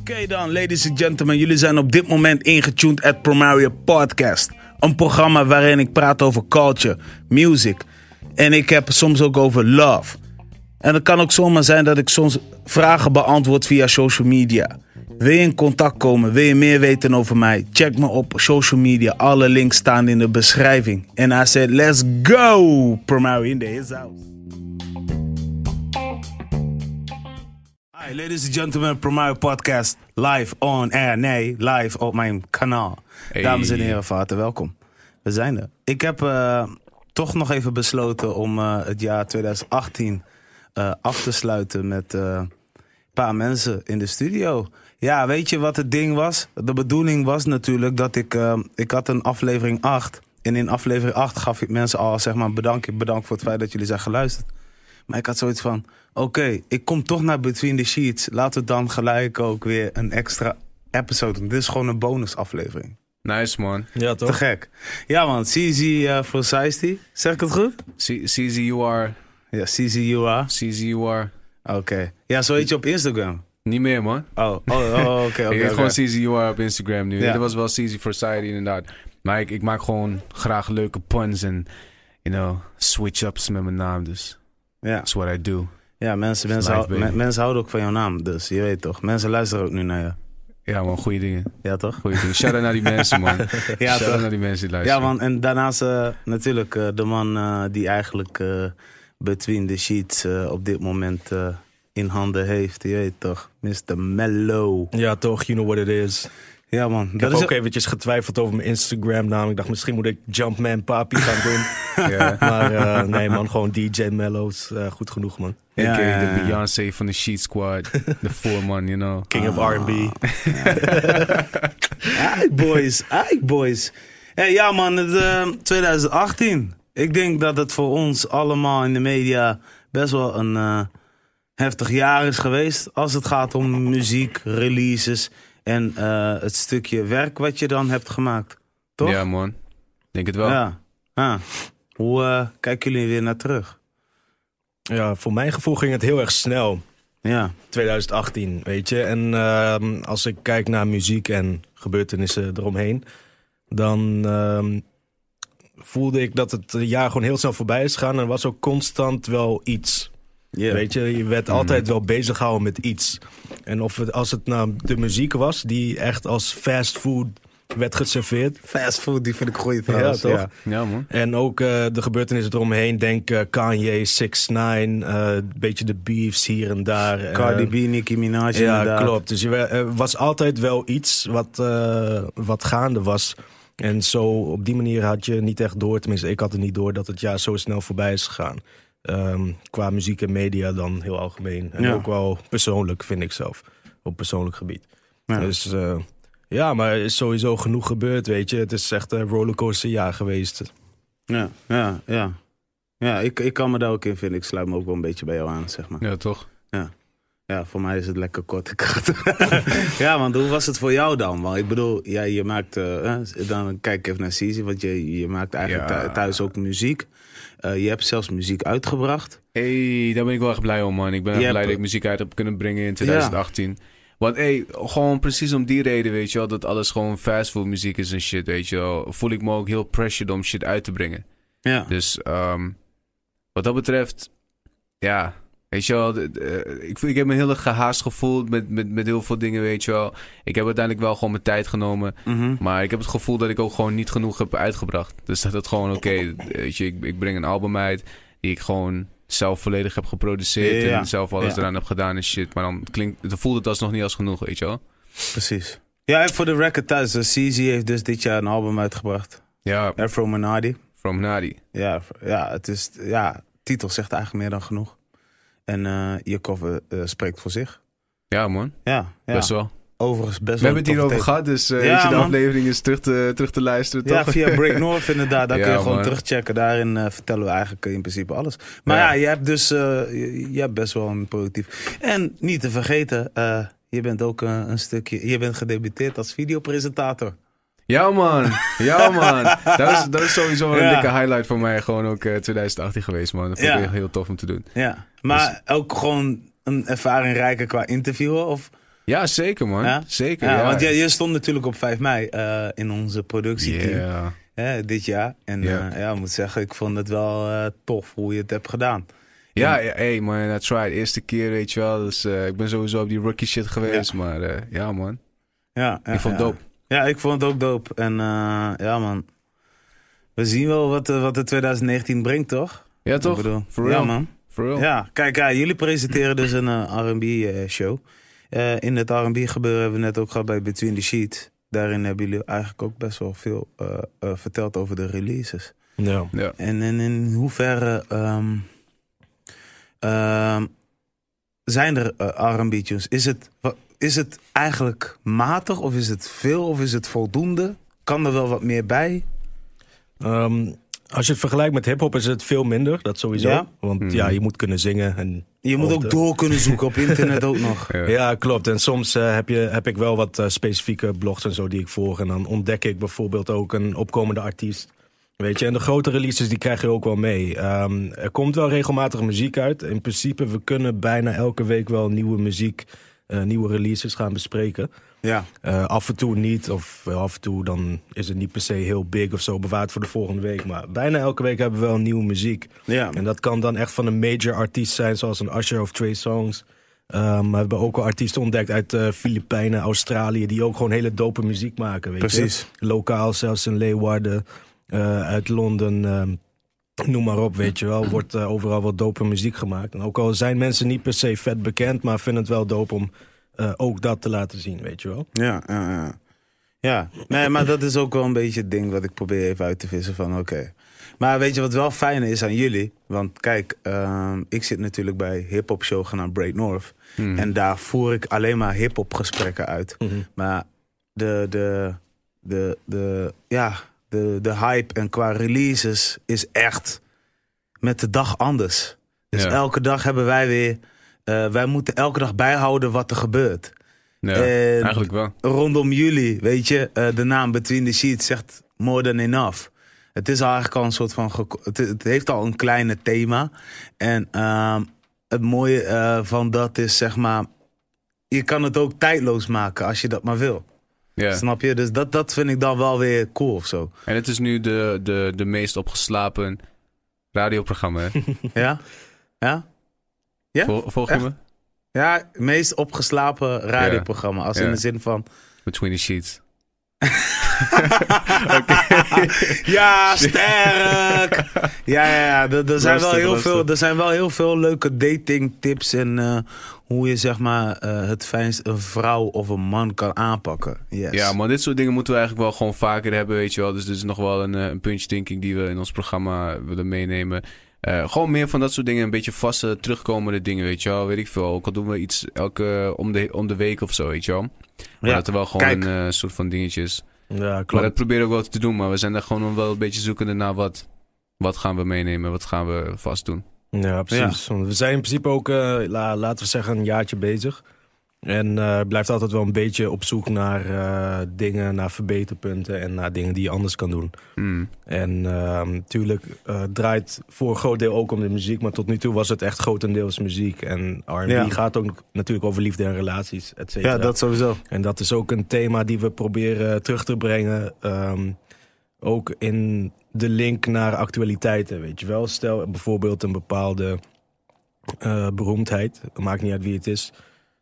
Oké dan, ladies and gentlemen, jullie zijn op dit moment ingetuned at Promario Podcast. Een programma waarin ik praat over culture, music en ik heb soms ook over love. En het kan ook zomaar zijn dat ik soms vragen beantwoord via social media. Wil je in contact komen, wil je meer weten over mij? Check me op social media, alle links staan in de beschrijving. En I said, let's go! Promario in the his house. Hi, ladies and gentlemen, Promario Podcast, live on air. Nee, live op mijn kanaal. Hey. Dames en heren, van harte welkom. We zijn er. Ik heb toch nog even besloten om het jaar 2018 af te sluiten met een paar mensen in de studio. Ja, weet je wat het ding was? De bedoeling was natuurlijk dat ik had een aflevering 8. En in aflevering 8 gaf ik mensen al, zeg maar, bedankt voor het feit dat jullie zijn geluisterd. Maar ik had zoiets van, oké, ik kom toch naar Between the Sheets. Laten we dan gelijk ook weer een extra episode doen. Dit is gewoon een bonusaflevering. Nice, man. Ja, toch? Te gek. Ja, man. CZ for Seisty. Zeg ik het goed? CZ you are. Ja, CZ you are. CZ you are. Oké. Ja, zo heet je op Instagram. Niet meer, man. Oké. Ik heet gewoon CZ you are op Instagram nu. Ja. Dat was wel CZ for Society, inderdaad. Maar ik maak gewoon graag leuke puns en, switch-ups met mijn naam, dus. Ja. That's what I do. Ja, mensen houden ook van jouw naam, dus je weet toch. Mensen luisteren ook nu naar je. Ja, man, goede dingen. Ja, toch? Goeie dingen. Shout-out naar die mensen, man. Ja, Shout-out naar die mensen die luisteren. Ja, man, en daarnaast natuurlijk de man die eigenlijk Between the Sheets op dit moment in handen heeft. Je weet toch, Mr. Mellow. Ja, toch, you know what it is. Ja, man. Ik heb ook eventjes getwijfeld over mijn Instagram naam. Ik dacht, misschien moet ik Jumpman Papi gaan doen. Ja. Maar nee, man, gewoon DJ Mellows. Goed genoeg, man. Ja, de Beyoncé van de Sheet Squad. De voorman, you know. King of R&B. Aight, boys. Hey, ja, man, 2018. Ik denk dat het voor ons allemaal in de media best wel een heftig jaar is geweest. Als het gaat om muziek, releases en het stukje werk wat je dan hebt gemaakt. Toch? Ja, man. Denk het wel. Ja. Hoe kijken jullie weer naar terug? Ja, voor mijn gevoel ging het heel erg snel. Ja. 2018, weet je. En als ik kijk naar muziek en gebeurtenissen eromheen, dan voelde ik dat het jaar gewoon heel snel voorbij is gegaan. En er was ook constant wel iets. Yeah. Weet je werd altijd wel bezig gehouden met iets. En als het nou de muziek was die echt als fast food werd geserveerd. Fast food, die vind ik goed trouwens. Ja, toch? Ja, man. En ook de gebeurtenissen eromheen. Denk Kanye, 6ix9ine, een beetje de beefs hier en daar. Cardi B, Nicki Minaj. Ja, inderdaad. Klopt. Dus er was altijd wel iets wat gaande was. En zo op die manier had je niet echt door, tenminste ik had het niet door, dat het jaar zo snel voorbij is gegaan. Qua muziek en media dan heel algemeen. En ook wel persoonlijk, vind ik zelf. Op persoonlijk gebied. Ja. Dus ja, maar er is sowieso genoeg gebeurd, weet je. Het is echt een rollercoaster jaar geweest. Ja, ik kan me daar ook in vinden. Ik sluit me ook wel een beetje bij jou aan, zeg maar. Ja, toch? Ja, voor mij is het lekker kort. Ja, want hoe was het voor jou dan? Want ik bedoel, je maakt... dan kijk ik even naar CZ, want je maakt eigenlijk thuis ook muziek. Je hebt zelfs muziek uitgebracht. Hey, daar ben ik wel echt blij om, man. Ik ben echt blij dat ik muziek uit heb kunnen brengen in 2018. Ja. Want gewoon precies om die reden, weet je wel, dat alles gewoon fastfood muziek is en shit, weet je wel. Voel ik me ook heel pressured om shit uit te brengen. Ja. Dus wat dat betreft, ja, weet je wel, ik heb me heel erg gehaast gevoeld met heel veel dingen, weet je wel. Ik heb uiteindelijk wel gewoon mijn tijd genomen. Mm-hmm. Maar ik heb het gevoel dat ik ook gewoon niet genoeg heb uitgebracht. Dus dat het gewoon oké, weet je, ik breng een album uit die ik gewoon zelf volledig heb geproduceerd en zelf alles eraan heb gedaan en shit. Maar dan voelt het alsnog niet als genoeg, weet je wel. Precies. Ja, en voor de record thuis, CZ heeft dus dit jaar een album uitgebracht. Ja. From Minardi. From Minardi. Ja, het is, titel zegt eigenlijk meer dan genoeg. En je cover spreekt voor zich. Ja, man. Ja. Best wel. Overigens best we hebben het hierover gehad, dus de aflevering is terug te luisteren, toch? Ja, via Break North inderdaad. Daar kun je gewoon terugchecken. Daarin vertellen we eigenlijk in principe alles. Maar je hebt dus je hebt best wel een productief. En niet te vergeten, je bent ook een stukje... Je bent gedebuteerd als videopresentator. Ja, man. Dat is sowieso een dikke highlight voor mij. Gewoon ook 2018 geweest, man. Dat vond ik heel tof om te doen. Ja, maar dus ook gewoon een ervaring rijker qua interviewen? Of Ja, zeker man. Ja? Zeker. Ja, want je stond natuurlijk op 5 mei in onze productieteam dit jaar. En ik moet zeggen, ik vond het wel tof hoe je het hebt gedaan. Ja, hey man, that's right. Eerste keer, weet je wel. Dus ik ben sowieso op die rookie shit geweest. Maar ja man. Ja, ik vond het dope. Ja, ik vond het ook dope. En ja man, we zien wel wat de 2019 brengt, toch? Ja, toch? Ik bedoel, For real. Ja man. For real. Ja, kijk, jullie presenteren dus een R&B show. In het R&B gebeuren hebben we net ook gehad bij Between the Sheets. Daarin hebben jullie eigenlijk ook best wel veel verteld over de releases. Ja. En in hoeverre zijn er R&B tunes? Is het eigenlijk matig of is het veel of is het voldoende? Kan er wel wat meer bij? Als je het vergelijkt met hiphop is het veel minder, dat sowieso. Ja? Want je moet kunnen zingen. En je moet ook door kunnen zoeken op internet ook nog. Ja, klopt. En soms heb ik wel wat specifieke blogs en zo die ik volg. En dan ontdek ik bijvoorbeeld ook een opkomende artiest. Weet je, en de grote releases die krijg je ook wel mee. Er komt wel regelmatig muziek uit. In principe, we kunnen bijna elke week wel nieuwe muziek, nieuwe releases gaan bespreken. Ja. Af en toe niet, of af en toe dan is het niet per se heel big of zo bewaard voor de volgende week. Maar bijna elke week hebben we wel nieuwe muziek. Ja. En dat kan dan echt van een major artiest zijn, zoals een Usher of Trey Songz. Maar we hebben ook wel artiesten ontdekt uit Filipijnen, Australië, die ook gewoon hele dope muziek maken. Weet Precies. Je? Lokaal, zelfs in Leeuwarden, uit Londen, noem maar op, weet je wel. Wordt overal wel dope muziek gemaakt. En ook al zijn mensen niet per se vet bekend, maar vinden het wel dope om ook dat te laten zien, weet je wel. Ja, nee, maar dat is ook wel een beetje het ding wat ik probeer even uit te vissen van oké. Maar weet je wat wel fijn is aan jullie? Want kijk, ik zit natuurlijk bij hip-hop show genaamd Break North. En daar voer ik alleen maar hip-hop gesprekken uit. Maar de hype en qua releases is echt met de dag anders. Dus elke dag hebben wij weer... wij moeten elke dag bijhouden wat er gebeurt. Ja, en eigenlijk wel. Rondom jullie, weet je, de naam Between the Sheets zegt more than enough. Het is eigenlijk al een soort van... Het heeft al een kleine thema. En het mooie van dat is, zeg maar... Je kan het ook tijdloos maken als je dat maar wil. Yeah. Snap je? Dus dat vind ik dan wel weer cool of zo. En het is nu de meest opgeslapen radioprogramma, hè? Ja? Volg je me? Ja, het meest opgeslapen radioprogramma. Als in de zin van... Between the Sheets. Ja, sterk! Ja. Er zijn wel heel veel leuke dating tips en hoe je zeg maar het fijnst een vrouw of een man kan aanpakken. Yes. Ja, maar dit soort dingen moeten we eigenlijk wel gewoon vaker hebben, weet je wel. Dus dit is nog wel een puntje, denk ik, die we in ons programma willen meenemen. Gewoon meer van dat soort dingen, een beetje vaste, terugkomende dingen, weet je wel. Weet ik veel, ook al doen we iets om de week of zo, weet je wel. Maar dat er wel gewoon een soort van dingetjes... Ja, klopt. Maar dat proberen we ook wel te doen, maar we zijn daar gewoon wel een beetje zoekende naar wat gaan we meenemen, wat gaan we vast doen. Ja, precies. Want we zijn in principe ook, laten we zeggen, een jaartje bezig. En blijft altijd wel een beetje op zoek naar dingen, naar verbeterpunten en naar dingen die je anders kan doen. En natuurlijk draait voor een groot deel ook om de muziek, maar tot nu toe was het echt grotendeels muziek. En R&B gaat ook natuurlijk over liefde en relaties, et cetera. Ja, dat sowieso. En dat is ook een thema die we proberen terug te brengen. Ook in de link naar actualiteiten, weet je wel. Stel bijvoorbeeld een bepaalde beroemdheid, maakt niet uit wie het is...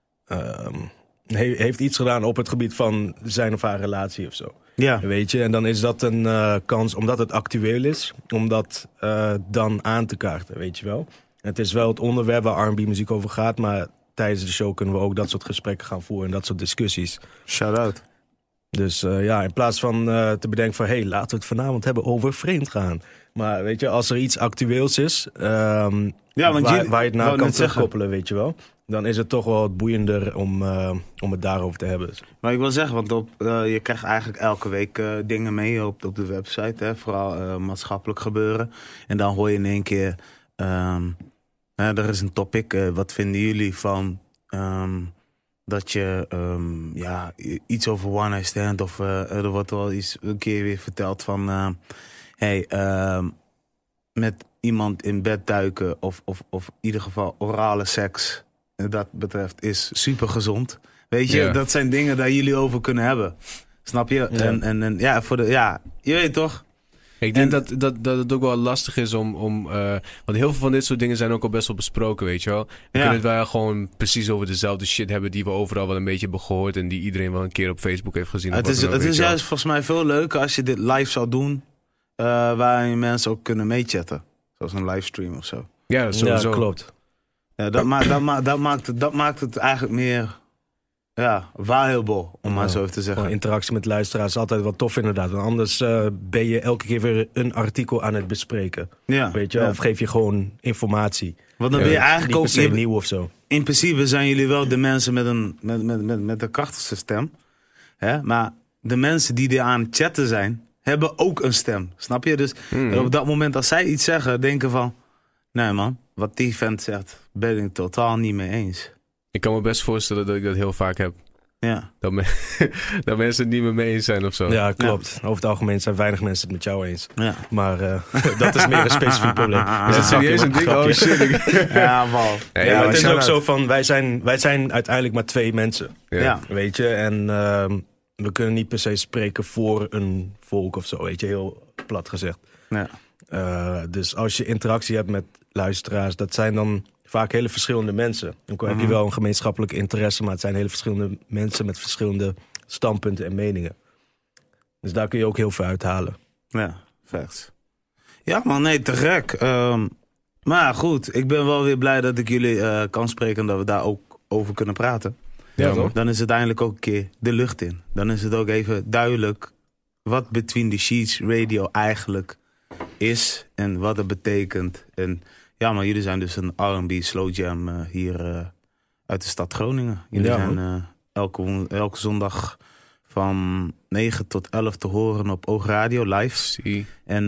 heeft iets gedaan op het gebied van zijn of haar relatie of zo. Ja. Weet je, en dan is dat een kans, omdat het actueel is, om dat dan aan te kaarten, weet je wel. Het is wel het onderwerp waar R&B muziek over gaat, maar tijdens de show kunnen we ook dat soort gesprekken gaan voeren en dat soort discussies. Shout-out. Dus in plaats van te bedenken van... hey, laten we het vanavond hebben over vreemd gaan. Maar weet je, als er iets actueels is... waar je het naar kan terugkoppelen, weet je wel... dan is het toch wel wat boeiender om het daarover te hebben. Maar ik wil zeggen, want je krijgt eigenlijk elke week dingen mee op de website. Hè? Vooral maatschappelijk gebeuren. En dan hoor je in één keer... er is een topic. Wat vinden jullie van... dat je iets over one night stand of er wordt wel iets een keer weer verteld van met iemand in bed duiken of in ieder geval orale seks dat betreft is super gezond. Weet je, dat zijn dingen daar jullie over kunnen hebben. Snap je? Ja. En ja, je weet toch? Ik denk dat het ook wel lastig is om want heel veel van dit soort dingen zijn ook al best wel besproken, weet je wel. We kunnen het wel gewoon precies over dezelfde shit hebben die we overal wel een beetje hebben gehoord en die iedereen wel een keer op Facebook heeft gezien. Het is juist volgens mij veel leuker als je dit live zou doen, waarin mensen ook kunnen meechatten. Zoals een livestream of zo. Ja, dat sowieso. Ja, klopt. Ja, dat maakt het eigenlijk meer valuable, om maar zo even te zeggen. Gewoon interactie met luisteraars is altijd wel tof inderdaad. Want anders ben je elke keer weer een artikel aan het bespreken. Ja, weet je? Ja. Of geef je gewoon informatie. Want dan ben je eigenlijk ook niet nieuw of zo. In principe zijn jullie wel de mensen met een krachtigste stem. Hè? Maar de mensen die er aan het chatten zijn, hebben ook een stem. Snap je? Dus op dat moment als zij iets zeggen, denken van... Nee man, wat die vent zegt, ben ik totaal niet mee eens. Ik kan me best voorstellen dat ik dat heel vaak heb. Ja. Dat mensen het niet meer mee eens zijn of zo. Ja, klopt. Ja. Over het algemeen zijn weinig mensen het met jou eens. Ja. Maar dat is meer een specifiek probleem. Is het serieus een ding? Oh shit. Ja, man. Ja, het is ook zo van, wij zijn uiteindelijk maar 2 mensen. Ja. Weet je, en we kunnen niet per se spreken voor een volk of zo. Weet je, heel plat gezegd. Ja. Dus als je interactie hebt met luisteraars, dat zijn dan... vaak hele verschillende mensen. Dan heb je wel een gemeenschappelijke interesse, maar het zijn hele verschillende mensen met verschillende standpunten en meningen. Dus daar kun je ook heel veel uithalen. Ja, facts. Ja man, nee, te gek. Maar goed, ik ben wel weer blij dat ik jullie kan spreken en dat we daar ook over kunnen praten. Ja, toch? Dan is het eindelijk ook een keer de lucht in. Dan is het ook even duidelijk wat Between the Sheets Radio eigenlijk is en wat het betekent. En ja, maar jullie zijn dus een R&B slow jam hier uit de stad Groningen. Jullie zijn elke zondag van 9 tot 11 te horen op Oogradio live. En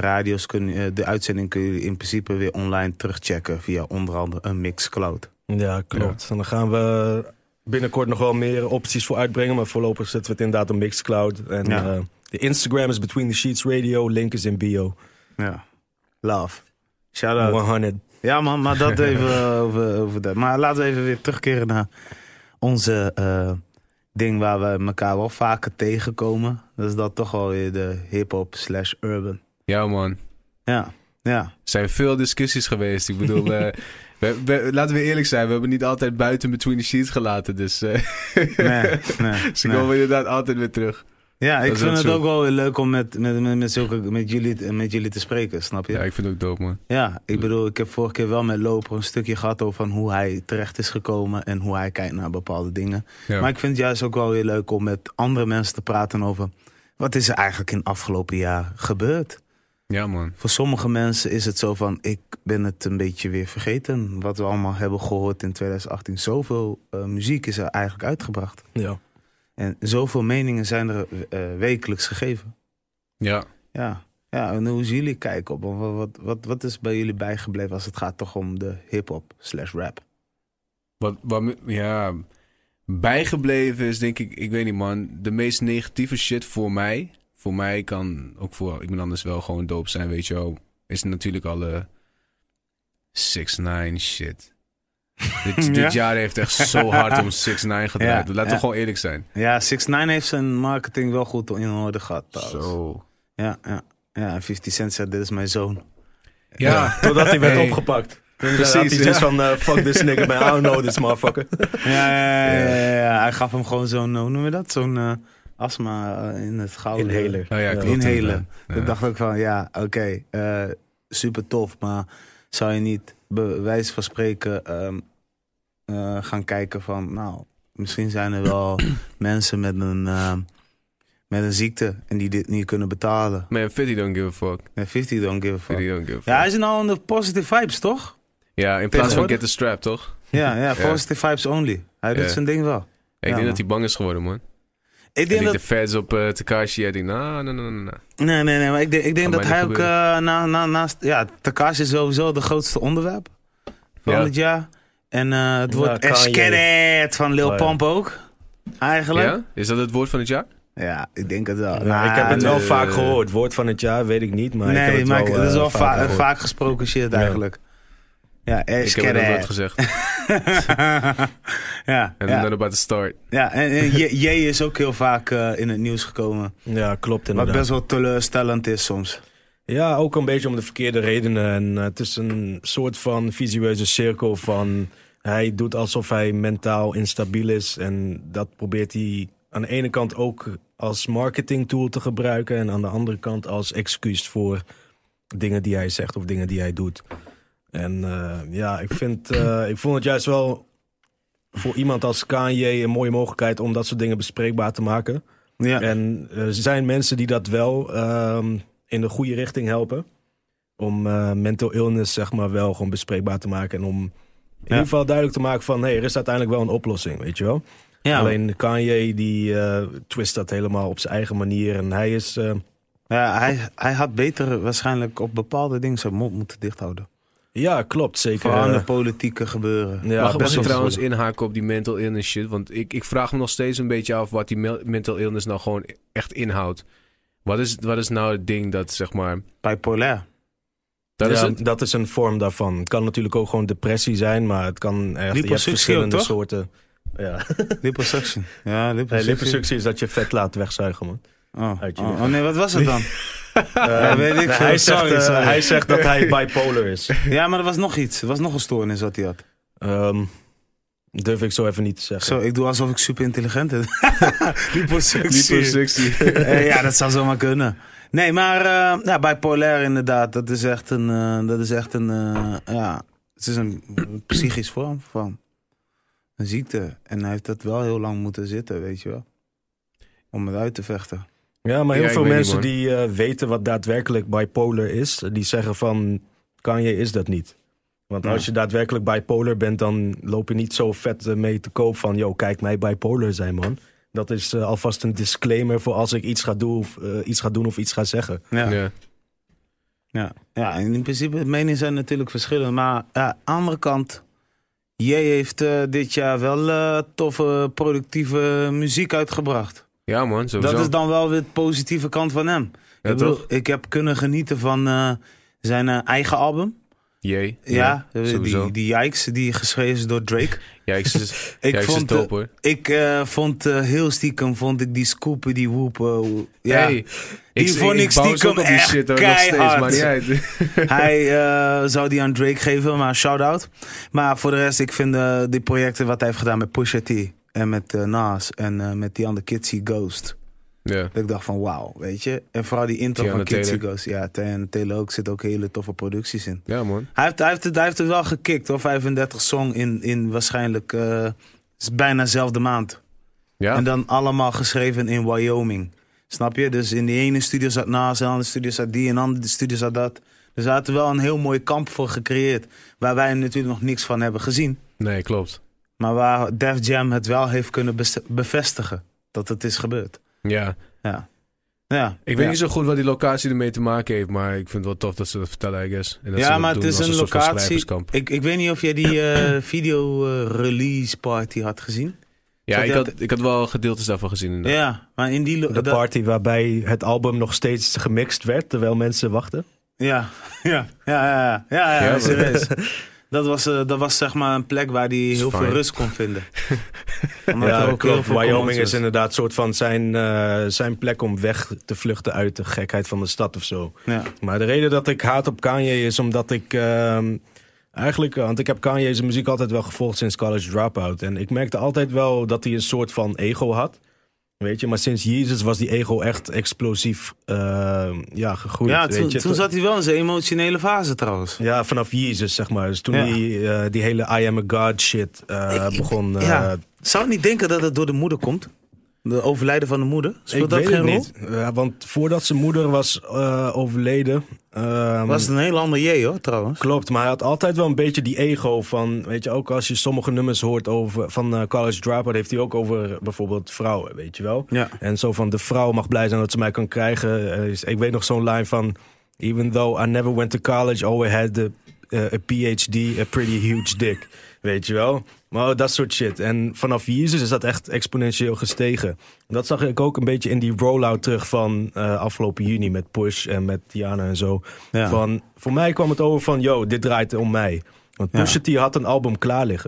de uitzending kun je in principe weer online terugchecken via onder andere een Mixcloud. Ja, klopt. Ja. En dan gaan we binnenkort nog wel meer opties voor uitbrengen. Maar voorlopig zetten we het inderdaad op Mixcloud. En de Instagram is Between the Sheets Radio. Link is in bio. Ja, love. Shout out. 100. Ja man, maar dat even over dat. Maar laten we even weer terugkeren naar onze ding waar we elkaar wel vaker tegenkomen. Dat is dat toch wel weer de hip-hop /urban. Ja man. Ja. Er zijn veel discussies geweest. Ik bedoel, laten we eerlijk zijn. We hebben niet altijd buiten Between the Sheets gelaten. Dus ze komen inderdaad altijd weer terug. Ja, ik vind het ook wel weer leuk om met jullie te spreken, snap je? Ja, ik vind het ook dope, man. Ja, ik bedoel, ik heb vorige keer wel met Loper een stukje gehad over van hoe hij terecht is gekomen en hoe hij kijkt naar bepaalde dingen. Ja. Maar ik vind het juist ook wel weer leuk om met andere mensen te praten over wat is er eigenlijk in het afgelopen jaar gebeurd. Ja, man. Voor sommige mensen is het zo van, ik ben het een beetje weer vergeten. Wat we allemaal hebben gehoord in 2018. Zoveel muziek is er eigenlijk uitgebracht. Ja. En zoveel meningen zijn er wekelijks gegeven. Ja. Ja, en hoe zien jullie kijken op? Wat is bij jullie bijgebleven als het gaat toch om de hip-hop /rap? Ja, bijgebleven is denk ik weet niet man, de meest negatieve shit voor mij. Voor mij kan ook voor iemand anders wel gewoon dope zijn, weet je wel. Is natuurlijk alle 6ix9ine shit. Dit jaar heeft echt zo hard om 6ix9ine gedraaid. Laten we gewoon eerlijk zijn. Ja, 6ix9ine heeft zijn marketing wel goed in orde gehad. Zo. Ja, 50 Cent zei, dit is mijn zoon. Ja, totdat hij werd opgepakt. Precies. Hij van, fuck this nigga, man. I don't know this motherfucker. Ja. Hij gaf hem gewoon zo'n, hoe noem je dat? Zo'n astma in het gouden. Inhaler. Oh ja, klopt. Inhaler. Toen dacht ik van, oké, super tof. Maar zou je niet bij wijze van spreken gaan kijken van, nou, misschien zijn er wel mensen met een ziekte en die dit niet kunnen betalen. Man, 50 don't give a fuck. Nee, 50 don't give a fuck. 50 don't give a fuck. Ja, hij is nou aan de positive vibes, toch? Ja, in plaats van get the strap, toch? Ja, positive vibes only. Hij doet zijn ding wel. Ik denk dat hij bang is geworden, man. Ik denk dat de feds op Tekashi, hij denkt, Nee, maar ik denk dat hij ook naast... Ja, Tekashi is sowieso de grootste onderwerp van het jaar. En het woord Eskedet van Lil Pump ook, eigenlijk. Ja? Is dat het woord van het jaar? Ja, ik denk het wel. Ik heb het wel vaak gehoord. Woord van het jaar weet ik niet, maar ik heb het wel is wel vaak gesproken shit eigenlijk. Ja, ik heb het nooit gezegd. Ja. And I'm not about to start. Ja, en Jay is ook heel vaak in het nieuws gekomen. Ja, klopt inderdaad. Wat best wel teleurstellend is soms. Ja, ook een beetje om de verkeerde redenen. En het is een soort van visueuze cirkel van... Hij doet alsof hij mentaal instabiel is. En dat probeert hij aan de ene kant ook als marketingtool te gebruiken. En aan de andere kant als excuus voor dingen die hij zegt of dingen die hij doet. En ik vond het juist wel voor iemand als Kanye een mooie mogelijkheid om dat soort dingen bespreekbaar te maken. Ja. En er zijn mensen die dat wel in de goede richting helpen. Om mental illness zeg maar wel gewoon bespreekbaar te maken. En om in ieder geval duidelijk te maken van... er is uiteindelijk wel een oplossing, weet je wel. Ja. Alleen Kanye die twist dat helemaal op zijn eigen manier. En hij is... hij had beter waarschijnlijk op bepaalde dingen zijn mond moeten dichthouden. Ja, klopt, zeker. Vooral aan de politieke gebeuren. Ja, mag ik trouwens inhaken op die mental illness shit? Want ik vraag me nog steeds een beetje af wat die mental illness nou gewoon echt inhoudt. Wat is nou het ding dat, zeg maar... Bipolair. Dat is een vorm daarvan. Het kan natuurlijk ook gewoon depressie zijn, maar het kan echt... Je hebt verschillende soorten. Ja. Liposuctie. Ja, liposuctie is dat je vet laat wegzuigen, man. Oh nee, wat was het dan? Weet ik hij zegt dat hij bipolar is. Ja, maar er was nog iets. Er was nog een stoornis wat hij had. Durf ik zo even niet te zeggen. Zo, ik doe alsof ik super intelligent ben. Liposuctie. Ja, dat zou zomaar kunnen. Nee, maar bipolair inderdaad. Dat is echt een... het is een psychisch vorm van een ziekte. En hij heeft dat wel heel lang moeten zitten, weet je wel. Om het uit te vechten. Ja, maar heel veel mensen die weten wat daadwerkelijk bipolar is... die zeggen van, Kanye is dat niet. Want als je daadwerkelijk bipolar bent... dan loop je niet zo vet mee te koop van... yo, kijk mij bipolar zijn, man. Dat is alvast een disclaimer voor als ik iets ga doen of iets ga zeggen. Ja, en in principe, de meningen zijn natuurlijk verschillend. Maar aan de andere kant... Jij heeft dit jaar wel toffe, productieve muziek uitgebracht. Ja man, sowieso. Dat is dan wel weer de positieve kant van hem. Ja, ik heb kunnen genieten van zijn eigen album. Jee. Ja, die Yikes, die geschreven is door Drake. Yikes is dope hoor. Ik vond heel stiekem, die Scoop, die Whoop. Die vond ik stiekem echt shit, keihard. Nog steeds, maar hij zou die aan Drake geven, maar shout-out. Maar voor de rest, ik vind die projecten wat hij heeft gedaan met Pusha T... en met Nas en met die andere Kitsy Ghost. Ja. Dat ik dacht van wauw, weet je. En vooral die intro van Kitsy Ghost. Ja, en Taylor ook zit ook hele toffe producties in. Ja man. Hij heeft het wel gekikt hoor. 35 song in waarschijnlijk is bijna dezelfde maand. Ja. En dan allemaal geschreven in Wyoming. Snap je? Dus in die ene studio zat Nas, in de andere studio zat die, in de andere studio zat dat. Dus hij had er wel een heel mooi kamp voor gecreëerd. Waar wij natuurlijk nog niks van hebben gezien. Nee, klopt. Maar waar Def Jam het wel heeft kunnen bevestigen. Dat het is gebeurd. Ja. Ik weet niet zo goed wat die locatie ermee te maken heeft. Maar ik vind het wel tof dat ze dat vertellen, I guess. En dat maar het is een locatie. Ik weet niet of jij die video release party had gezien. Ja, ik had wel gedeeltes daarvan gezien. Inderdaad. Ja, maar in die... De party waarbij het album nog steeds gemixt werd, terwijl mensen wachten. Ja, serieus. Dat was zeg maar een plek waar hij heel veel rust kon vinden. Ja, klopt. Wyoming is inderdaad soort van zijn plek om weg te vluchten uit de gekheid van de stad of zo. Ja. Maar de reden dat ik haat op Kanye is omdat ik... want ik heb Kanye zijn muziek altijd wel gevolgd sinds College Dropout. En ik merkte altijd wel dat hij een soort van ego had. Weet je, maar sinds Jezus was die ego echt explosief gegroeid. Ja, toen zat hij wel in zijn emotionele fase trouwens. Ja, vanaf Jezus zeg maar. Dus toen die hele I am a God shit begon. Zou ik niet denken dat het door de moeder komt? De overlijden van de moeder? Speelt dat geen rol? Niet. Want voordat zijn moeder was overleden... was het een heel ander hoor, trouwens. Klopt, maar hij had altijd wel een beetje die ego van... Weet je, ook als je sommige nummers hoort van College Dropout... heeft hij ook over bijvoorbeeld vrouwen, weet je wel. Ja. En zo van, de vrouw mag blij zijn dat ze mij kan krijgen. Ik weet nog zo'n line van... Even though I never went to college, always had a PhD, a pretty huge dick. Weet je wel? Maar dat soort shit. En vanaf Jezus is dat echt exponentieel gestegen. En dat zag ik ook een beetje in die rollout terug van afgelopen juni met Push en met Tiana en zo. Ja. Voor mij kwam het over van, dit draait om mij. Want Pusha T had een album klaar liggen.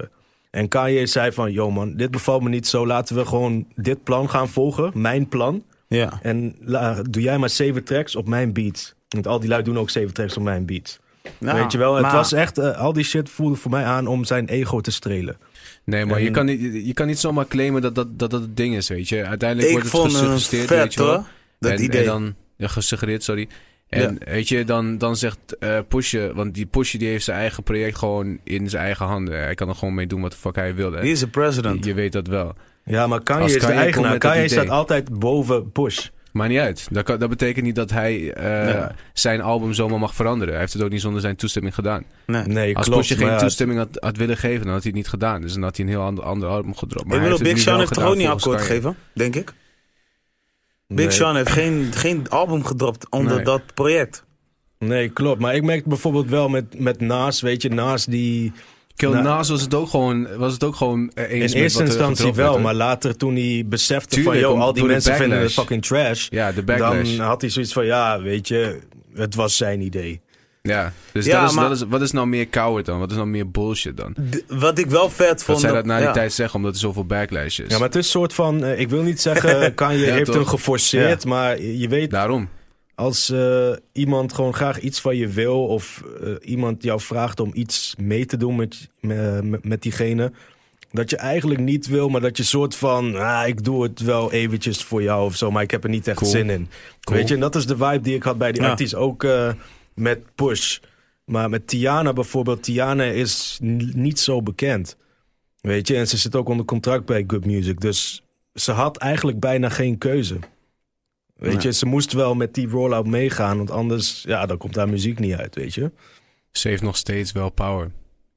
En Kanye zei van, yo man, dit bevalt me niet zo. Laten we gewoon dit plan gaan volgen. Mijn plan. Ja. En doe jij maar 7 tracks op mijn beats. Want al die lui doen ook 7 tracks op mijn beats. Nou, weet je wel, het was echt... al die shit voelde voor mij aan om zijn ego te strelen. Nee, maar je kan niet zomaar claimen dat het ding is, weet je. Uiteindelijk wordt het gesuggereerd, vet, weet je wel. Dat idee. En dan, gesuggereerd, sorry. En weet je, dan zegt Pusha... Want die Pusha die heeft zijn eigen project gewoon in zijn eigen handen. Hij kan er gewoon mee doen wat de fuck hij wil. Hij is de president. Je weet dat wel. Ja, maar Kanye is de eigenaar. Kanye staat altijd boven Push. Maakt niet uit. Dat betekent niet dat hij zijn album zomaar mag veranderen. Hij heeft het ook niet zonder zijn toestemming gedaan. Nee, als klopt. Pusha geen toestemming had willen geven, dan had hij het niet gedaan. Dus dan had hij een heel ander album gedropt. Maar ik bedoel, Big Sean heeft toch ook niet akkoord gegeven, denk ik? Big Sean heeft geen album gedropt onder dat project. Nee, klopt. Maar ik merkte bijvoorbeeld wel met Nas, weet je, Nas die... Nas was het ook gewoon eens in eerste instantie wel, maar later toen hij besefte van... al die mensen vinden het fucking trash. Ja, de backlash. Dan had hij zoiets van, ja, weet je, het was zijn idee. Ja, dus wat is nou meer coward dan? Wat is nou meer bullshit dan? Wat ik wel vet vond... Dat zij dat na die tijd zeggen, omdat er zoveel backlash is. Ja, maar het is een soort van... ik wil niet zeggen, Kanye heeft hem geforceerd, maar je weet... Daarom. Als iemand gewoon graag iets van je wil... of iemand jou vraagt om iets mee te doen met diegene... dat je eigenlijk niet wil, maar dat je soort van... ik doe het wel eventjes voor jou of zo... maar ik heb er niet echt zin in. Cool. Weet je, en dat is de vibe die ik had bij die artiest. Ook met Push. Maar met Tiana bijvoorbeeld... Tiana is niet zo bekend. Weet je, en ze zit ook onder contract bij Good Music. Dus ze had eigenlijk bijna geen keuze. Weet je, ze moest wel met die rollout meegaan... want anders, dan komt haar muziek niet uit, weet je. Ze heeft nog steeds wel power.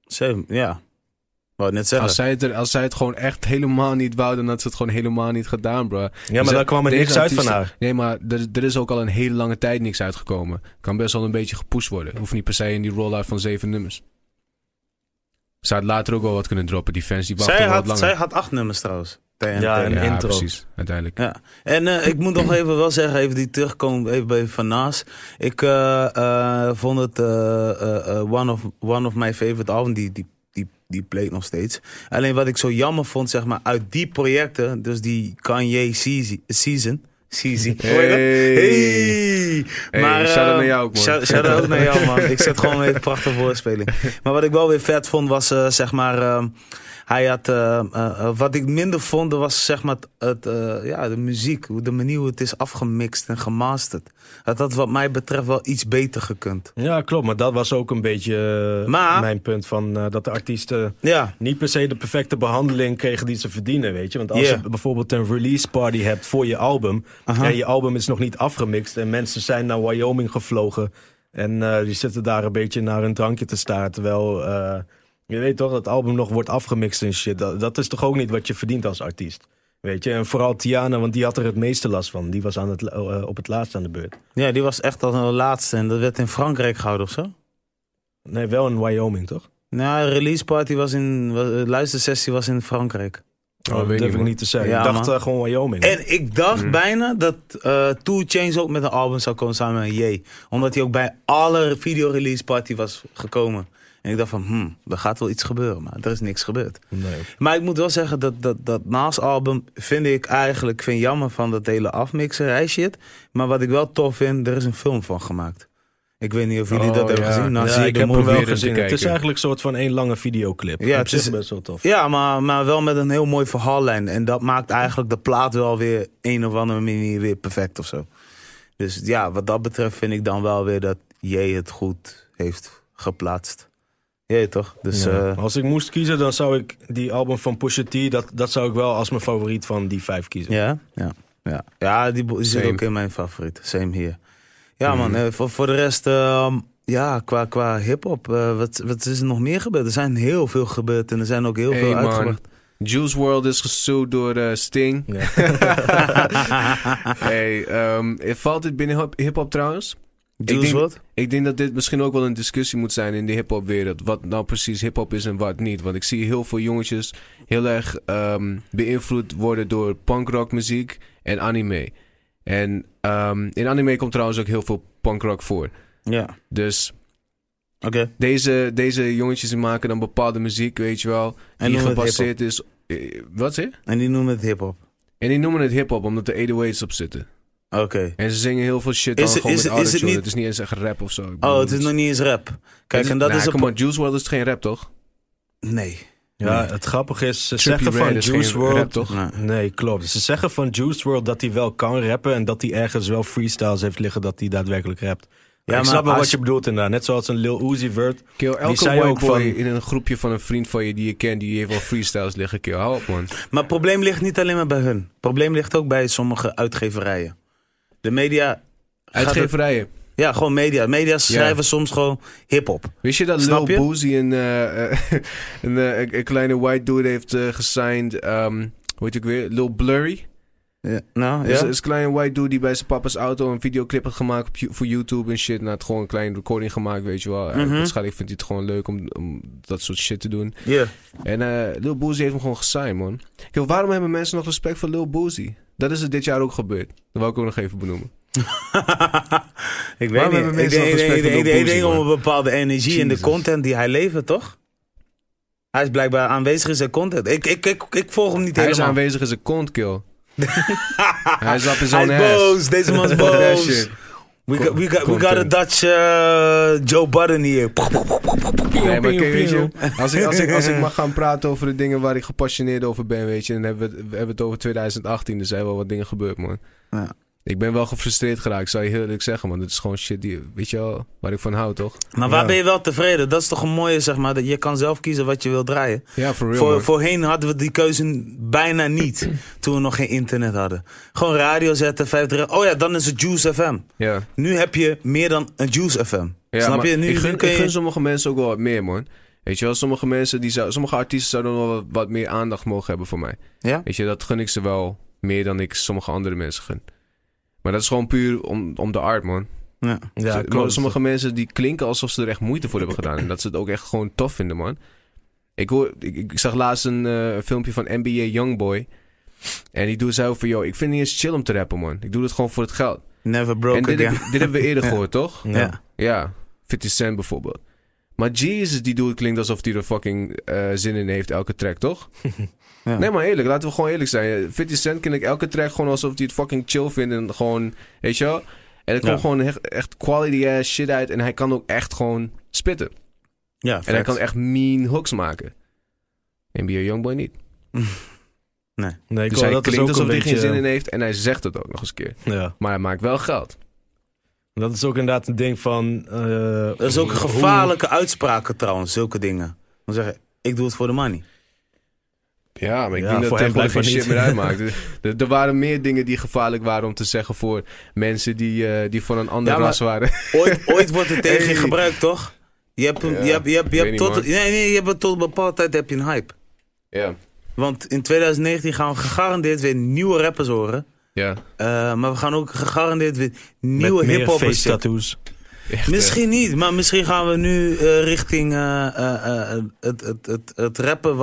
Wou net zeggen. Als zij het gewoon echt helemaal niet wou... dan had ze het gewoon helemaal niet gedaan, bro. Ja, maar daar kwam er niks uit van haar. Nee, maar er is ook al een hele lange tijd niks uitgekomen. Kan best wel een beetje gepusht worden. Hoeft niet per se in die rollout van 7 nummers. Ze had later ook wel wat kunnen droppen. Die fans die wachten wat langer. Zij had 8 nummers trouwens. Een intro. Precies, uiteindelijk. Ja. En ik moet nog even wel zeggen, even die terugkomen even bij Van Nas. Ik vond het one of my favorite album, die playt nog steeds. Alleen wat ik zo jammer vond, zeg maar, uit die projecten, dus die Kanye Season. Hey. Maar shout-out naar jou ook, man. Shout-out naar jou, man. Ik zet gewoon even prachtige voorspeling. Maar wat ik wel weer vet vond, was zeg maar... hij had, wat ik minder vond, was zeg maar de muziek. De manier hoe het is afgemixt en gemasterd. Dat had wat mij betreft wel iets beter gekund. Ja, klopt. Maar dat was ook een beetje mijn punt. Van, dat de artiesten niet per se de perfecte behandeling kregen die ze verdienen. Weet je? Want als je bijvoorbeeld een release party hebt voor je album. En je album is nog niet afgemixt. En mensen zijn naar Wyoming gevlogen. En die zitten daar een beetje naar een drankje te staren. Terwijl... je weet toch, dat het album nog wordt afgemixt en shit. Dat is toch ook niet wat je verdient als artiest. Weet je, en vooral Tiana, want die had er het meeste last van. Die was op het laatst aan de beurt. Ja, die was echt al de laatste. En dat werd in Frankrijk gehouden of zo? Nee, wel in Wyoming, toch? Nou, de release party de luistersessie was in Frankrijk. Dat durf ik niet te zeggen. Ja, ik dacht gewoon Wyoming. En ik dacht bijna dat 2 Chainz ook met een album zou komen samen met Ye. Omdat hij ook bij alle video-release party was gekomen. En ik dacht van, er gaat wel iets gebeuren. Maar er is niks gebeurd. Nee. Maar ik moet wel zeggen dat Nas album vind ik jammer van dat hele afmixerij shit. Maar wat ik wel tof vind, er is een film van gemaakt. Ik weet niet of jullie dat hebben gezien. Nou, ik heb hem wel gezien. Het is eigenlijk een soort van 1 lange videoclip. Ja, het is best wel tof. Ja, maar wel met een heel mooi verhaallijn. En dat maakt eigenlijk de plaat wel weer een of andere manier weer perfect of zo. Dus ja, wat dat betreft vind ik dan wel weer dat Ye het goed heeft geplaatst. Ja, toch? Dus, als ik moest kiezen, dan zou ik die album van Pusha T... dat zou ik wel als mijn favoriet van die 5 kiezen. Ja, die zit ook in mijn favoriet. Same hier. Ja, man. Voor de rest, qua hip-hop, wat is er nog meer gebeurd? Er zijn heel veel gebeurd en er zijn ook heel veel uitgebracht. Juice WRLD is gesued door Sting. Ja. Valt dit binnen hip-hop trouwens? Ik denk dat dit misschien ook wel een discussie moet zijn in de hip-hop wereld. Wat nou precies hip-hop is en wat niet. Want ik zie heel veel jongetjes heel erg beïnvloed worden door punkrock muziek en anime. En in anime komt trouwens ook heel veel punkrock voor. Ja. Dus Oké. Deze jongetjes die maken dan bepaalde muziek, weet je wel. Die gebaseerd is... Wat zeg je? En die noemen het hip-hop? En die noemen het hip-hop omdat er 808's op zitten. Oké. En ze zingen heel veel shit dan gewoon met autotune. Het is niet eens echt rap of zo. Het is nog niet eens rap. Kijk, en dat is... Come on, Juice WRLD is geen rap, toch? Nee. Ja, het grappige is, ze zeggen van Juice WRLD... Rap, toch? Nee, klopt. Ze zeggen van Juice WRLD dat hij wel kan rappen en dat hij ergens wel freestyles heeft liggen dat hij daadwerkelijk rapt. Ja, ik snap wel wat je bedoelt inderdaad. Net zoals een Lil Uzi Vert. Kill, elke white boy in een groepje van een vriend van je die je kent, die heeft wel freestyles liggen. Kill, hou op, man. Maar het probleem ligt niet alleen maar bij hun. Het probleem ligt ook bij sommige uitgeverijen. De media... Uitgeverijen? Ja, gewoon media. Media schrijven soms gewoon hip-hop. Wist je dat Lil Boosie een kleine white dude heeft gesigned? Hoe heet ik weer? Lil Blurry? Ja, is een kleine white dude die bij zijn papa's auto een videoclip had gemaakt voor YouTube en shit. Nou, het gewoon een kleine recording gemaakt, weet je wel. Waarschijnlijk vindt hij het gewoon leuk om dat soort shit te doen. Yeah. En Lil Boosie heeft hem gewoon gesigned, man. Kijk, waarom hebben mensen nog respect voor Lil Boosie? Dat is er dit jaar ook gebeurd. Dat wil ik ook nog even benoemen. Ik weet niet. Ik denk om een bepaalde energie in de content die hij levert, toch? Hij is blijkbaar aanwezig in zijn content. Ik volg hem niet helemaal. Hij is aanwezig in zijn kont, kill. Hij is op in zo'n ass. Boos. Deze man is boos. We got a Dutch Joe Budden hier. Nee, maar weet je, als ik mag gaan praten over de dingen waar ik gepassioneerd over ben, weet je, dan hebben we het over 2018. Er zijn wel wat dingen gebeurd, man. Ja. Ik ben wel gefrustreerd geraakt, zou je heel eerlijk zeggen, man. Het is gewoon shit die, weet je wel, waar ik van hou, toch? Maar waar ben je wel tevreden? Dat is toch een mooie, zeg maar, dat je kan zelf kiezen wat je wil draaien. Ja, for real, voorheen hadden we die keuze bijna niet, toen we nog geen internet hadden. Gewoon radio zetten, 50. Oh ja, dan is het Juice FM. Ja. Nu heb je meer dan een Juice FM. Ja, snap je? Ik gun sommige mensen ook wel wat meer, man. Weet je wel, sommige artiesten zouden wel wat meer aandacht mogen hebben voor mij. Ja? Weet je, dat gun ik ze wel meer dan ik sommige andere mensen gun. Maar dat is gewoon puur om de art, man. Ja, sommige mensen die klinken alsof ze er echt moeite voor hebben gedaan. En dat ze het ook echt gewoon tof vinden, man. Ik zag laatst een filmpje van NBA Youngboy. En die zei over, ik vind het niet eens chill om te rappen, man. Ik doe het gewoon voor het geld. Never broke again. Dit hebben we eerder gehoord, toch? Ja. 50 Cent bijvoorbeeld. Maar Jesus, die dude klinkt alsof hij er fucking zin in heeft, elke track, toch? Ja. Nee, maar eerlijk, laten we gewoon eerlijk zijn. 50 Cent ken ik elke track gewoon alsof hij het fucking chill vindt. En gewoon, weet je wel? En er komt gewoon echt quality ass shit uit. En hij kan ook echt gewoon spitten. Ja, en hij kan echt mean hooks maken. NBA Youngboy niet. Nee, dus hij klinkt alsof hij geen zin in heeft. En hij zegt het ook nog eens een keer. Ja. Maar hij maakt wel geld. Dat is ook inderdaad een ding van... dat is ook gevaarlijke uitspraken trouwens, zulke dingen. Dan zeggen, ik doe het voor de money. Ja, maar ik denk dat het geen shit meer uitmaakt. Er waren meer dingen die gevaarlijk waren om te zeggen voor mensen die van een ander ras waren. Ooit wordt het tegen je gebruikt, toch? Je hebt tot een bepaalde tijd heb je een hype. Ja. Want in 2019 gaan we gegarandeerd weer nieuwe rappers horen. Ja. Maar we gaan ook gegarandeerd weer nieuwe hip-hoppers tattoos. Misschien niet, maar misschien gaan we nu richting het rappen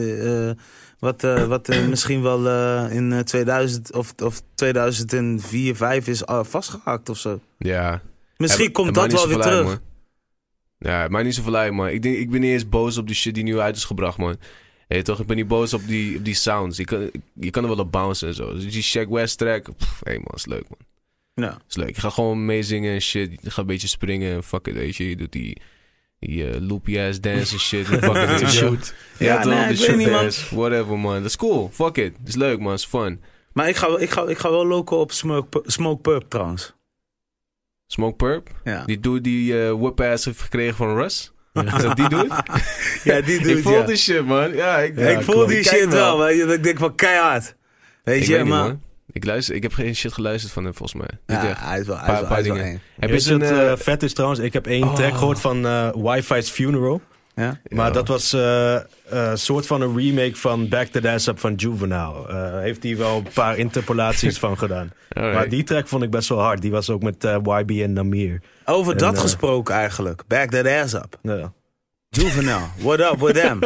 wat misschien wel in 2000 of 2004, 2005 is vastgehaakt of zo. Ja. Misschien komt dat wel weer terug. Man. Ja, maar niet zoveel uit, man. Ik ben niet eens boos op die shit die nu uit is gebracht, man. Hey, toch, ik ben niet boos op die sounds. Je kan er wel op bouncen en zo. Dus die Shaq West track, man, is leuk, man. Ja. Is leuk. Je gaat gewoon meezingen en shit. Je gaat een beetje springen en fuck it, weet je. Je doet die loopy ass dance en shit. En fuck it, shoot. Ja, nee, ik weet niet, man. Whatever, man. Dat is cool. Fuck it. Het is leuk, man. Het is fun. Maar ik ga wel loco op Smoke Purp trouwens. Smoke Purp? Ja. Die dude die whip ass heeft gekregen van Russ? Is dat die dude? Ja, die dude, ik voel die shit, man. Ik voel die shit wel, maar ik denk van keihard. Weet je, maar... Ik heb geen shit geluisterd van hem, volgens mij. Ja, hij is wel eng. Weet je wat vet is trouwens? Ik heb één track gehoord van Wi-Fi's Funeral. Ja? Maar dat was een soort van een remake van Back That Ass Up van Juvenile. Heeft hij wel een paar interpolaties van gedaan. Alright. Maar die track vond ik best wel hard. Die was ook met YB en Namir. Over dat gesproken eigenlijk. Back That Ass Up. Ja. Juvenile, what up with them?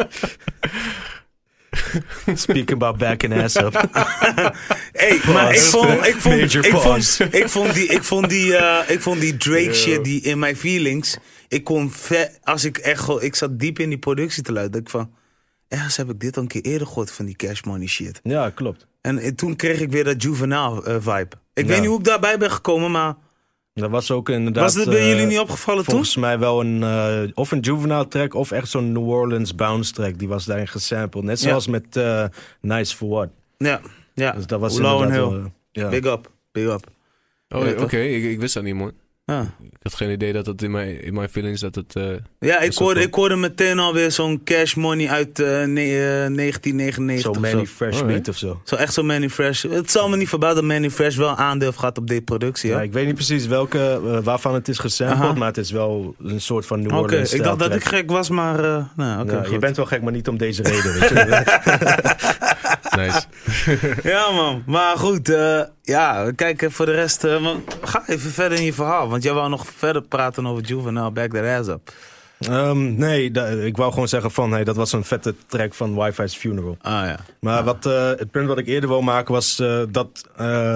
Speaking about backing ass up. Hey, maar ik vond die Drake shit die in mijn feelings ik zat diep in die productie te luisteren. Ik van, ergens heb ik dit al een keer eerder gehoord van die Cash Money shit. Ja, klopt. En toen kreeg ik weer dat Juvenile vibe. Ik weet niet hoe ik daarbij ben gekomen, maar... Dat was ook inderdaad... Was het bij jullie niet opgevallen volgens mij wel of een Juvenile track of echt zo'n New Orleans bounce track. Die was daarin gesampled. Net zoals met Nice For What. Ja. Dus dat was Low inderdaad Hill. wel, Big up. Oh, oké. Ik wist dat niet, man. Ah. Ik had geen idee dat het in mijn feelings dat het... ik hoorde meteen alweer zo'n Cash Money uit 1999 Zo'n of Manny zo. Fresh beat of zo. Zo echt zo'n Manny Fresh. Het zal me niet verbazen dat Manny Fresh wel aandeel heeft gehad op deze productie. Ja, Ja? ik weet niet precies waarvan het is gesampled, maar het is wel een soort van New Oké, Orleans ik dacht dat track. ik gek was, maar... Je bent wel gek, maar niet om deze reden, weet je. Nice. Ja, man. Maar goed, we kijken voor de rest. Man, ga even verder in je verhaal. Want jij wou nog verder praten over Juvenile, Back That Ass Up. Nee, ik wou gewoon zeggen van... dat was een vette track van Wi-Fi's Funeral. Ah ja. Maar het punt wat ik eerder wil maken was... dat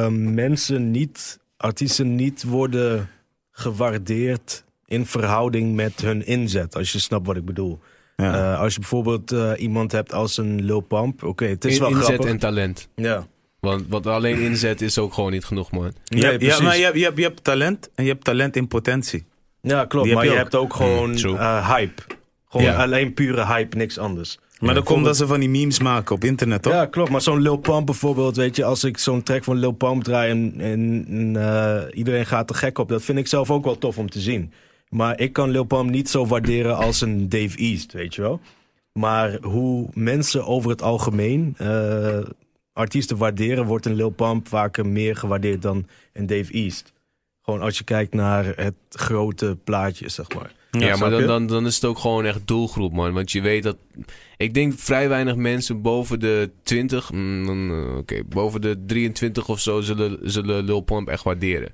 artiesten niet worden gewaardeerd... in verhouding met hun inzet. Als je snapt wat ik bedoel. Ja. Als je bijvoorbeeld iemand hebt als een Lil Pump... Oké, het is wel inzet grappig. en talent. Ja. Want alleen inzet is ook gewoon niet genoeg, man. Ja, maar je hebt talent en je hebt talent in potentie. Ja, klopt. Maar je hebt ook gewoon hype. Gewoon alleen pure hype, niks anders. Maar dan komt dat ze van die memes maken op internet, toch? Ja, klopt. Maar zo'n Lil Pump bijvoorbeeld, weet je... als ik zo'n track van Lil Pump draai en iedereen gaat er gek op... dat vind ik zelf ook wel tof om te zien. Maar ik kan Lil Pump niet zo waarderen als een Dave East, weet je wel. Maar hoe mensen over het algemeen... artiesten waarderen, wordt een Lil Pump vaker meer gewaardeerd dan een Dave East. Gewoon als je kijkt naar het grote plaatje, zeg maar. Ja, maar dan is het ook gewoon echt doelgroep, man. Want je weet dat... Ik denk vrij weinig mensen boven de 20... boven de 23 of zo zullen Lil Pump echt waarderen.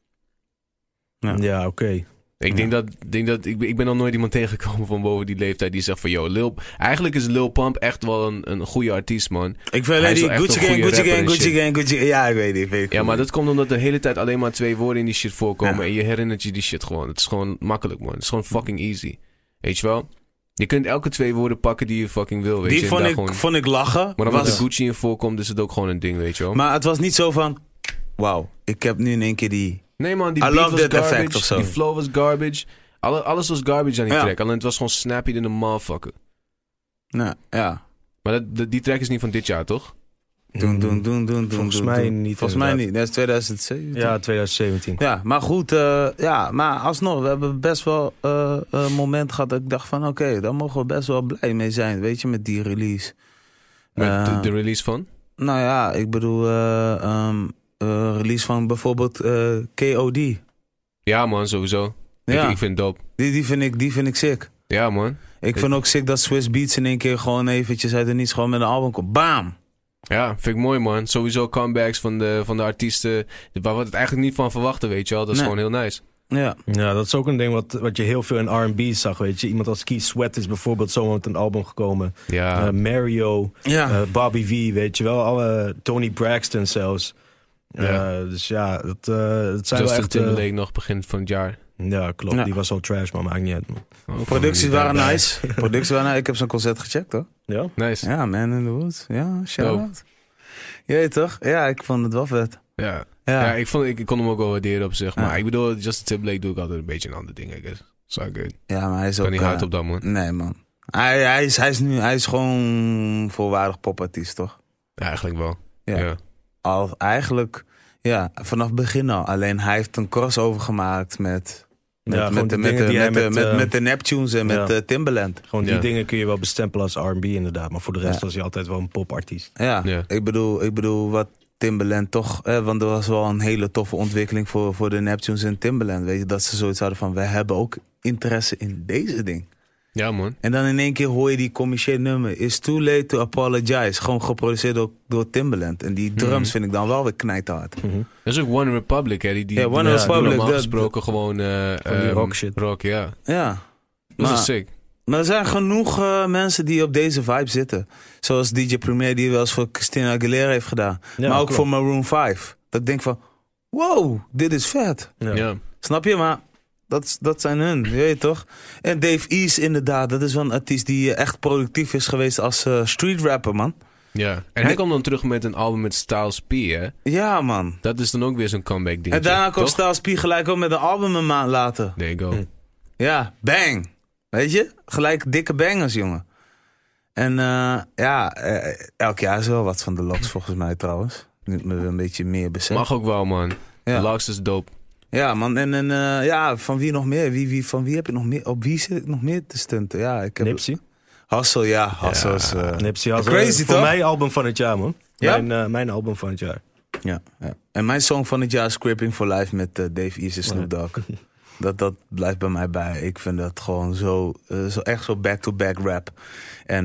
Ja, oké. Ik ben nog nooit iemand tegengekomen van boven die leeftijd die zegt van... eigenlijk is Lil Pump echt wel een goede artiest, man. Ik vind alleen die Gucci Gang. Ja, ik weet niet. Ja, maar dat komt omdat de hele tijd alleen maar 2 woorden in die shit voorkomen. En je herinnert je die shit gewoon. Het is gewoon makkelijk, man. Het is gewoon fucking easy. Weet je wel? Je kunt elke 2 woorden pakken die je fucking wil, weet je. Die vond ik lachen. Maar als de Gucci in voorkomt, is het ook gewoon een ding, weet je wel. Maar het was niet zo van... Wauw, ik heb nu in één keer die... Nee man, die beat was garbage, die flow was garbage. Alles was garbage aan die track. Alleen het was gewoon snappy in de motherfucker. Ja. Maar die track is niet van dit jaar, toch? Volgens mij niet. Volgens mij niet. Dat is 2017. Ja, 2017. Ja, maar goed. Maar alsnog, we hebben best wel een moment gehad dat ik dacht van... Oké, daar mogen we best wel blij mee zijn, weet je, met die release. Met de release van? Nou ja, ik bedoel... release van bijvoorbeeld KOD. Ja man, sowieso. Ja. Ik vind het dope. Die vind ik sick. Ja man. Ik vind ook sick dat Swiss Beats in één keer gewoon eventjes uit de niets gewoon met een album komt. Bam! Ja, vind ik mooi man. Sowieso comebacks van de artiesten waar we het eigenlijk niet van verwachten, weet je wel. Dat is gewoon heel nice. Ja, dat is ook een ding wat je heel veel in R&B zag, weet je. Iemand als Keith Sweat is bijvoorbeeld zo met een album gekomen. Ja. Mario, Bobby V, weet je wel. Alle Tony Braxton zelfs. Dus dat zijn wel echt... Timberlake nog begin van het jaar. Ja, klopt. Ja. Die was al trash, maar maakt niet uit, man. Producties waren nice. Ik heb zo'n concert gecheckt, hoor. Ja? Nice. Ja, Man in the Woods. Ja, shout-out. Jij toch? Ja, ik vond het wel vet. Ja, ik kon hem ook wel waarderen op zich. Maar ik bedoel, Justin Timberlake doe ik altijd een beetje een ander ding, I guess. So good. Ja, maar hij is kan ook... niet hard op dat, man. Nee, man. Hij is gewoon volwaardig popartiest, toch? Ja, eigenlijk wel. Ja. Eigenlijk... Ja, vanaf het begin al. Alleen hij heeft een crossover gemaakt met de Neptunes en met Timbaland. Gewoon die dingen kun je wel bestempelen als R&B inderdaad. Maar voor de rest was hij altijd wel een popartiest. Ja. Ik bedoel wat Timbaland toch... want er was wel een hele toffe ontwikkeling voor de Neptunes en Timbaland. Weet je, dat ze zoiets hadden van... wij hebben ook interesse in deze ding. Ja, man. En dan in één keer hoor je die commerciële nummer. It's too late to apologize. Gewoon geproduceerd door Timbaland. En die drums vind ik dan wel weer knijthard. Dat is ook One Republic, hè? Die One Republic. Normaal gesproken gewoon... rock shit. Rock, ja. Ja. Dat is sick. Maar er zijn genoeg mensen die op deze vibe zitten. Zoals DJ Premier die wel eens voor Christina Aguilera heeft gedaan. Ja, maar ook klopt. Voor Maroon 5. Dat ik denk van... Wow, dit is vet. Ja. Snap je? Maar... Dat zijn hun, je weet toch? En Dave East inderdaad, dat is wel een artiest die echt productief is geweest als street rapper, man. Ja, en hij kwam dan terug met een album met Styles P, hè? Ja, man. Dat is dan ook weer zo'n comeback dingetje. En daarna kwam Styles P gelijk ook met een album een maand later. There you go. Ja, bang. Weet je? Gelijk dikke bangers, jongen. En elk jaar is wel wat van de Lox volgens mij trouwens. Nu me een beetje meer besef. Mag ook wel, man. Ja. Lox is dope. Ja, man. En van wie nog meer? Van wie heb ik nog meer? Op wie zit ik nog meer te stunten? Ja, ik heb... Nipsey? Hussle, ja. Hussle is... Nipsey Hussle. Crazy, voor toch? mij album van het jaar, man. Ja? Mijn album van het jaar. Ja. En mijn song van het jaar is Cripping for Life met Dave East en Snoop Dogg. Dat blijft bij mij bij. Ik vind dat gewoon zo echt zo back-to-back rap. En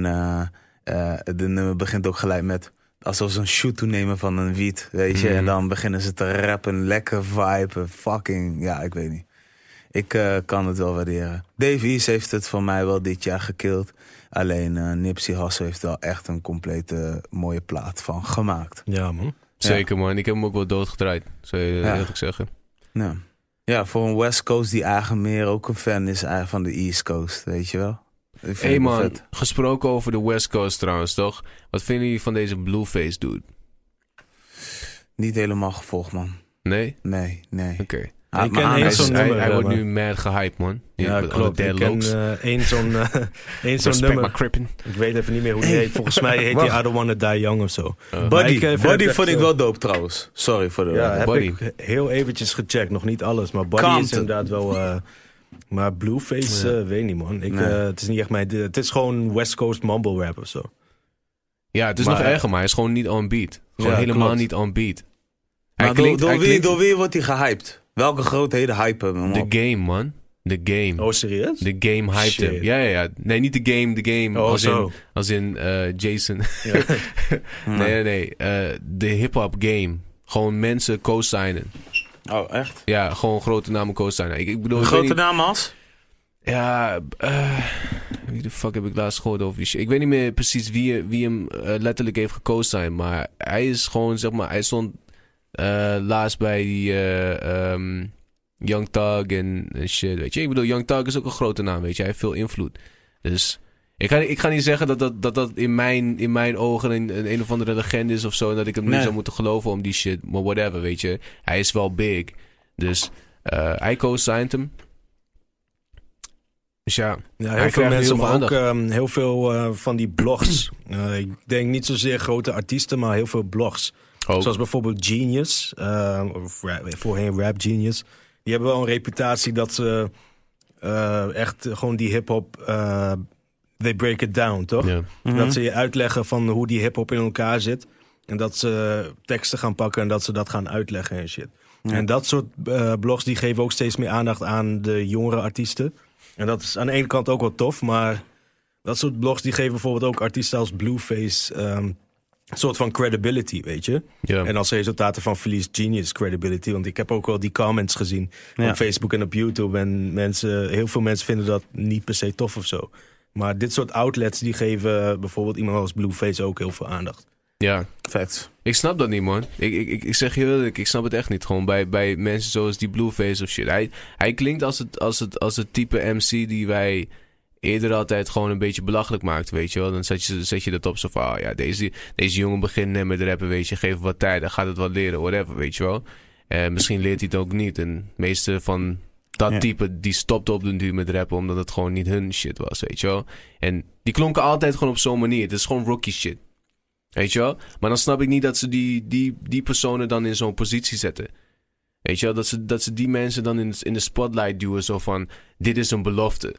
de nummer begint ook gelijk met... alsof ze een shoot toenemen van een wiet, weet je. En dan beginnen ze te rappen, lekker vibe, fucking... Ja, ik weet niet. Ik kan het wel waarderen. Dave East heeft het voor mij wel dit jaar gekild. Alleen Nipsey Hussle heeft wel echt een complete mooie plaat van gemaakt. Ja, man. Zeker, man. Ik heb hem ook wel doodgedraaid, zou je eerlijk zeggen. Ja. Ja, voor een West Coast die eigenlijk meer ook een fan is eigenlijk van de East Coast, weet je wel. Hey man, gesproken over de West Coast trouwens, toch? Wat vinden jullie van deze Blueface dude? Niet helemaal gevolgd, man. Nee? Nee. Oké. Ik ken één zo'n nummer. Hij wordt nu mad gehyped, man. Ja, klopt. Ik ken één zo'n nummer. My crippin'. Ik weet even niet meer hoe die heet. Volgens mij heet hij I Don't Wanna Die Young of zo. Buddy vond ik wel dope trouwens. Sorry voor de... Ja, heb Buddy. ik heel eventjes gecheckt. Nog niet alles. Maar Buddy is inderdaad wel... maar Blueface, weet niet, man. Het is niet echt mijn... Het is gewoon West Coast mumble rap of zo. Ja, het is nog erger, maar hij is gewoon niet on beat. Gewoon helemaal niet on beat. Door wie wordt hij gehyped? Welke grootheden hypen hem op? The Game, man. The Game. Oh, serieus? The Game hyped hem. Ja. Nee, niet The Game. Oh, als in Jason. Ja. Nee. De hip-hop game. Gewoon mensen co-signen. Oh, echt? Ja, gewoon grote namen co-signen. Ik bedoel, grote namen als? Ja, wie de fuck heb ik laatst gehoord over die shit? Ik weet niet meer precies wie hem letterlijk heeft geco-signed. Maar hij is gewoon, zeg maar, hij stond laatst bij die Young Thug en shit, weet je. Ik bedoel, Young Thug is ook een grote naam, weet je. Hij heeft veel invloed. Dus ik ga niet zeggen dat in mijn ogen een of andere legende is of zo. En dat ik hem niet zou moeten geloven om die shit. Maar whatever, weet je. Hij is wel big. Dus hij co-signed hem. Dus ja, heel veel mensen, maar ook heel veel van die blogs. Ik denk niet zozeer grote artiesten, maar heel veel blogs. Ook. Zoals bijvoorbeeld Genius, voorheen Rap Genius. Die hebben wel een reputatie dat ze echt gewoon die hip-hop... they break it down, toch? Yeah. Mm-hmm. Dat ze je uitleggen van hoe die hip-hop in elkaar zit. En dat ze teksten gaan pakken en dat ze dat gaan uitleggen en shit. Ja. En dat soort blogs die geven ook steeds meer aandacht aan de jongere artiesten. En dat is aan de ene kant ook wel tof, maar dat soort blogs die geven bijvoorbeeld ook artiesten als Blueface een soort van credibility, weet je. Ja. En als resultaat ervan verliest Genius credibility. Want ik heb ook wel die comments gezien op Facebook en op YouTube. En heel veel mensen vinden dat niet per se tof of zo. Maar dit soort outlets die geven bijvoorbeeld iemand als Blueface ook heel veel aandacht. Ja, facts. Ik snap dat niet, man. Ik zeg je eerlijk, ik snap het echt niet. Gewoon bij mensen zoals die Blueface of shit. Hij klinkt als het type MC die wij eerder altijd gewoon een beetje belachelijk maakt, weet je wel. Dan zet je dat op zo van, deze jongen begint net met rappen, weet je. Geef hem wat tijd, dan gaat het wat leren, whatever, weet je wel. Misschien leert hij het ook niet. En de meeste van dat type, die stopte op de duur met rappen, omdat het gewoon niet hun shit was, weet je wel. En die klonken altijd gewoon op zo'n manier. Het is gewoon rookie shit. Weet je wel? Maar dan snap ik niet dat ze die personen dan in zo'n positie zetten. Weet je wel? Dat ze die mensen dan in de spotlight duwen. Zo van, dit is een belofte.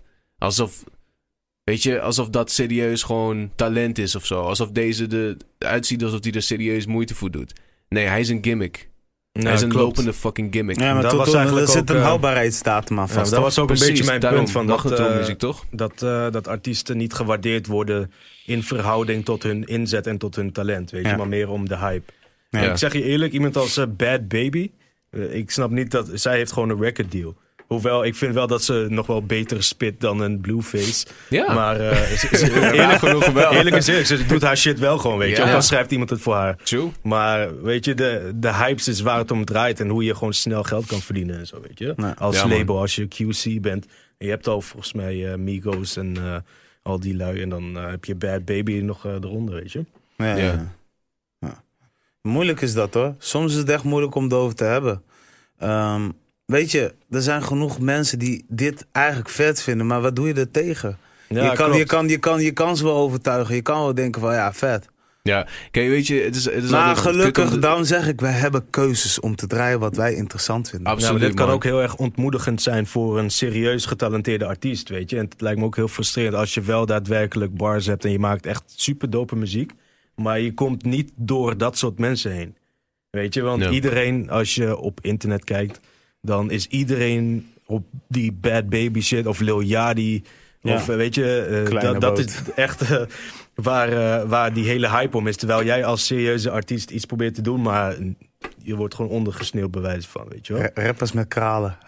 Alsof dat serieus gewoon talent is of zo. Alsof deze uitziet alsof hij er serieus moeite voor doet. Nee, hij is een gimmick. Hij is een lopende fucking gimmick. Ja, maar er zit een houdbaarheidsdatum aan vast. Dat was ook precies, een beetje mijn punt van muziek, toch? Dat artiesten niet gewaardeerd worden in verhouding tot hun inzet en tot hun talent. Weet je, maar meer om de hype. Ja. Ik zeg je eerlijk, iemand als Bad Baby, ik snap niet dat... Zij heeft gewoon een record deal. Hoewel, ik vind wel dat ze nog wel beter spit dan een Blueface. Ja. Maar eerlijk genoeg wel. Eerlijk is eerlijk, ze doet haar shit wel gewoon, weet je. Ook al schrijft iemand het voor haar. True. Maar weet je, de hypes is waar het om draait. En hoe je gewoon snel geld kan verdienen en zo, weet je. Nee. Als label, als je QC bent. En je hebt al volgens mij Migos en al die lui. En dan heb je Bad Baby nog eronder, weet je. Ja. Moeilijk is dat hoor. Soms is het echt moeilijk om erover te hebben. Weet je, er zijn genoeg mensen die dit eigenlijk vet vinden. Maar wat doe je er tegen? Ja, je kan ze wel overtuigen. Je kan wel denken van ja, vet. Ja, kijk, weet je, het is maar gelukkig, daarom zeg ik, wij hebben keuzes om te draaien wat wij interessant vinden. Absoluut, dit kan ook heel erg ontmoedigend zijn voor een serieus getalenteerde artiest, weet je. En het lijkt me ook heel frustrerend als je wel daadwerkelijk bars hebt en je maakt echt super dope muziek. Maar je komt niet door dat soort mensen heen. Weet je, want iedereen, als je op internet kijkt, dan is iedereen op die Bad Baby shit of Lil Yachty. Of weet je, dat is echt waar die hele hype om is. Terwijl jij als serieuze artiest iets probeert te doen, maar je wordt gewoon ondergesneeuwd bij wijze van, weet je wel. Rappers met kralen.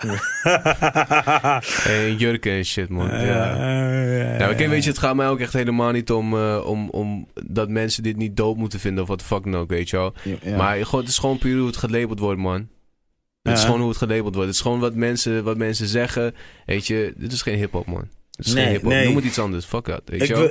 Hey, jurken en shit, man. Ja, kijk, weet je, het gaat mij ook echt helemaal niet om dat mensen dit niet dope moeten vinden of wat de fuck dan ook, weet je wel. Ja. Maar het is gewoon puur hoe het gelabeld wordt, man. Het is gewoon hoe het gelabeld wordt. Het is gewoon wat mensen zeggen. Weet je, dit is geen hip-hop, man. Het is geen hip-hop. Noem het iets anders. Fuck that.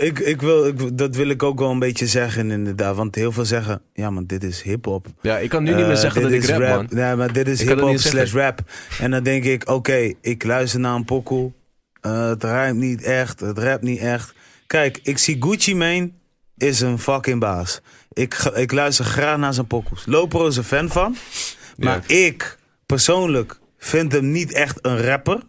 Dat wil ik ook wel een beetje zeggen, inderdaad. Want heel veel zeggen, ja, man, dit is hip-hop. Ja, ik kan nu niet meer zeggen dat ik rap, man. Nee, maar dit is hip-hop / rap. En dan denk ik, oké, ik luister naar een pokoe. Het rijmt niet echt. Het rapt niet echt. Kijk, ik zie Gucci Mane is een fucking baas. Ik luister graag naar zijn pokoes. Lopro is een fan van. Maar ik persoonlijk vind hem niet echt een rapper.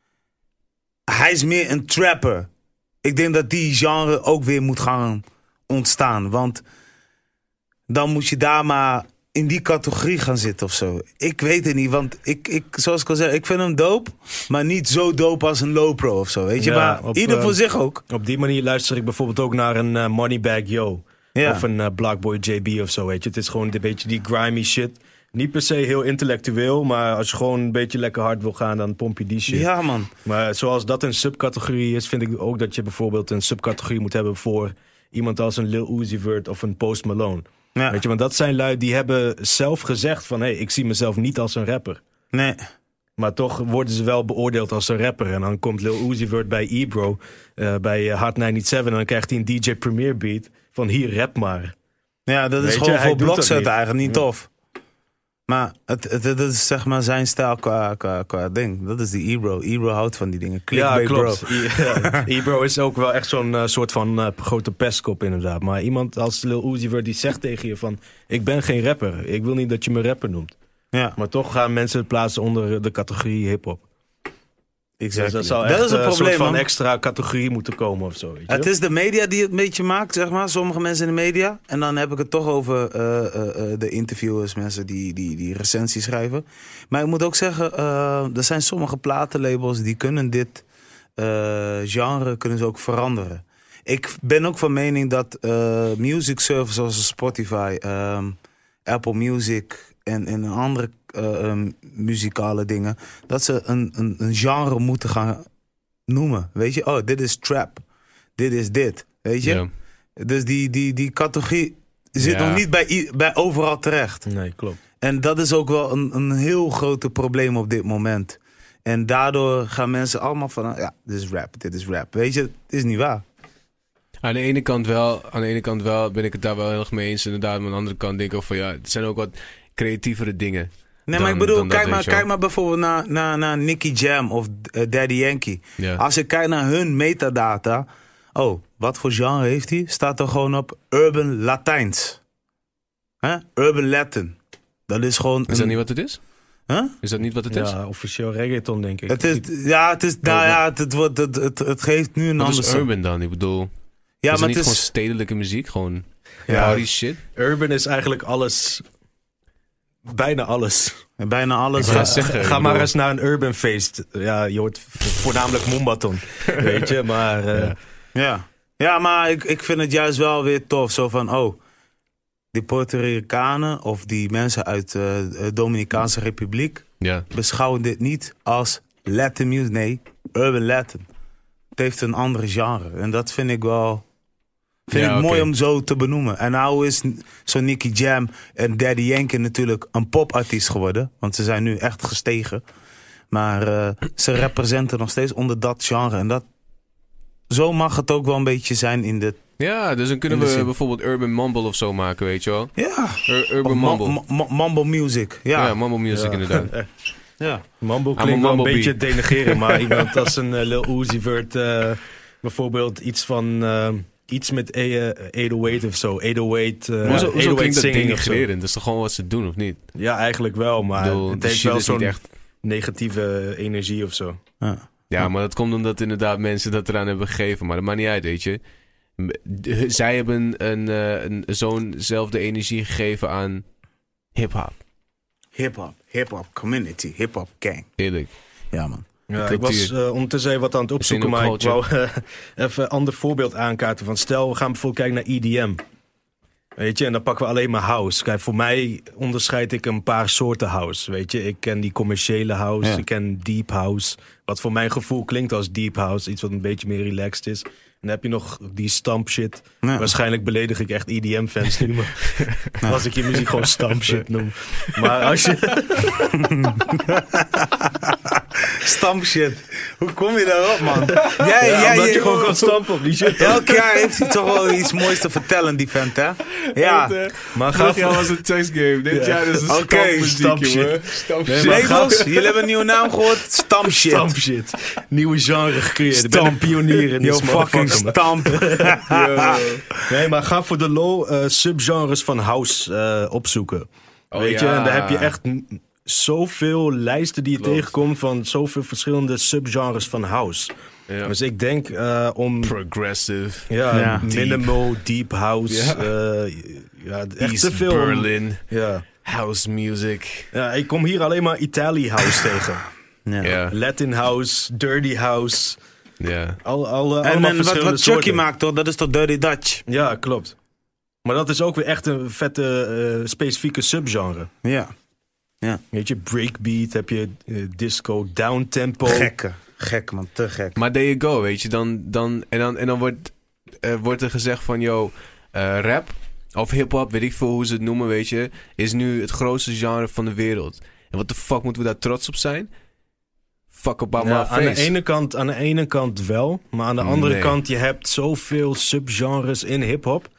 Hij is meer een trapper. Ik denk dat die genre ook weer moet gaan ontstaan. Want dan moet je daar maar in die categorie gaan zitten of zo. Ik weet het niet, want zoals ik al zei, ik vind hem dope. Maar niet zo dope als een Lopro of zo, weet je. Maar ieder voor zich ook. Op die manier luister ik bijvoorbeeld ook naar een Moneybagg Yo. Ja. Of een Blockboy JB of zo, weet je. Het is gewoon een beetje die grimy shit. Niet per se heel intellectueel, maar als je gewoon een beetje lekker hard wil gaan, dan pomp je die shit. Ja, man. Maar zoals dat een subcategorie is, vind ik ook dat je bijvoorbeeld een subcategorie moet hebben voor iemand als een Lil Uzi Vert of een Post Malone. Ja. Weet je, want dat zijn lui die hebben zelf gezegd van, hey, ik zie mezelf niet als een rapper. Nee. Maar toch worden ze wel beoordeeld als een rapper. En dan komt Lil Uzi Vert bij Ebro, bij Hot 97, en dan krijgt hij een DJ Premier beat van hier, rap maar. Ja, dat is gewoon voor blokzet eigenlijk niet tof. Maar dat is zeg maar zijn stijl qua ding. Dat is die Ebro. Ebro houdt van die dingen. Ja, klopt. Ebro is ook wel echt zo'n soort van grote pestkop inderdaad. Maar iemand als Lil Uzi Vert die zegt tegen je van, ik ben geen rapper. Ik wil niet dat je me rapper noemt. Ja. Maar toch gaan mensen het plaatsen onder de categorie hiphop. Exactly. Dus dat zou echt een soort van extra categorie moeten komen of zo. Weet je? Het is de media die het een beetje maakt, zeg maar. Sommige mensen in de media. En dan heb ik het toch over de interviewers, mensen die recensies schrijven. Maar ik moet ook zeggen, er zijn sommige platenlabels die kunnen dit genre kunnen ze ook veranderen. Ik ben ook van mening dat music services zoals Spotify, Apple Music en andere muzikale dingen, dat ze een genre moeten gaan noemen. Weet je, oh, dit is trap. Dit is dit. Weet je? Ja. Dus die categorie zit nog niet bij overal terecht. Nee, klopt. En dat is ook wel een heel groot probleem op dit moment. En daardoor gaan mensen allemaal van, ja, dit is rap, dit is rap. Weet je, het is niet waar. Aan de ene kant wel ben ik het daar wel heel erg mee eens. Inderdaad, maar aan de andere kant denk ik ook van, ja, het zijn ook wat creatievere dingen. Nee, maar ik bedoel, kijk maar bijvoorbeeld naar Nicky Jam of Daddy Yankee. Ja. Als ik kijk naar hun metadata. Oh, wat voor genre heeft hij? Staat er gewoon op Urban Latijns. Urban Latin. Dat is gewoon... Is dat niet wat het is? Huh? Is dat niet wat het is? Ja, officieel reggaeton, denk ik. Het geeft nu een ander... Wat is urban dan? Ik bedoel... Ja, is maar het niet gewoon stedelijke muziek? Gewoon party shit? Urban is eigenlijk alles... Bijna alles. Bijna alles. Ga maar eens naar een urban feest. Ja, je hoort voornamelijk Moombaton. Weet je, maar... Ja, maar ik vind het juist wel weer tof. Zo van, oh, die Puerto Ricanen of die mensen uit de Dominicaanse Republiek beschouwen dit niet als Latin music. Nee, urban Latin. Het heeft een andere genre. En dat vind ik wel... mooi om zo te benoemen. En nou is zo'n Nicky Jam en Daddy Yankee natuurlijk een popartiest geworden. Want ze zijn nu echt gestegen. Maar ze representen nog steeds onder dat genre. En zo mag het ook wel een beetje zijn in de... Ja, dus dan kunnen we bijvoorbeeld Urban Mumble of zo maken, weet je wel? Ja. Urban Mumble. Mumble music. Ja, Mumble music inderdaad. Ja, Mumble klinkt wel een beetje denigeren. Maar iemand als een Lil Uzi Vert bijvoorbeeld iets van... iets met 808 of zo. 808 Hoezo klinkt dat singing denigrerend? Dat is toch gewoon wat ze doen, of niet? Ja, eigenlijk wel. Maar het heeft wel zo'n echt... negatieve energie of zo. Ja, maar dat komt omdat inderdaad mensen dat eraan hebben gegeven. Maar dat maakt niet uit, weet je. Zij hebben zo'nzelfde energie gegeven aan hip-hop. Hip-hop community, hip-hop gang. Eerlijk. Ja, man. Ja, ik was ondertussen even wat aan het opzoeken, maar ik wou even een ander voorbeeld aankaarten. Van stel, we gaan bijvoorbeeld kijken naar EDM. Weet je, en dan pakken we alleen maar house. Kijk, voor mij onderscheid ik een paar soorten house. Weet je, ik ken die commerciële house, ik ken deep house. Wat voor mijn gevoel klinkt als deep house. Iets wat een beetje meer relaxed is. En dan heb je nog die stamp shit. Ja. Waarschijnlijk beledig ik echt EDM-fans nu. Maar als ik je muziek gewoon stamp shit noem. Maar als je... Stamp shit. Hoe kom je daarop, man? Omdat je gewoon kan stampen op die shit. Elk jaar heeft hij toch wel iets moois te vertellen, die vent, hè? Ja. Maar vorig jaar was een testgame. Dit jaar is een stamp shit. Labels, jullie hebben een nieuwe naam gehoord. Stamp shit. Stamp shit. Nieuwe genre gecreëerd. Ik ben een pionier in dit fucking stamp. Nee, maar ga voor de low subgenres van house opzoeken. Weet je, en daar heb je echt zoveel lijsten die je tegenkomt van zoveel verschillende subgenres van house. Ja. Dus ik denk om... Progressive. Ja, minimal, deep house. Echt East te veel. Berlin. House music. Ja, ik kom hier alleen maar Italië house tegen. Ja. Latin house, dirty house. Ja. En wat Chucky maakt, toch? Dat is toch Dirty Dutch? Ja, klopt. Maar dat is ook weer echt een vette specifieke subgenre. Ja. Weet je, breakbeat, heb je disco, downtempo. Gek man, te gek. Maar there you go, weet je. Dan wordt er gezegd van, rap of hip-hop, weet ik veel hoe ze het noemen, weet je, is nu het grootste genre van de wereld. En wat de fuck moeten we daar trots op zijn? Fuck about my face. Aan de ene kant wel, maar aan de andere kant, je hebt zoveel subgenres in hip-hop.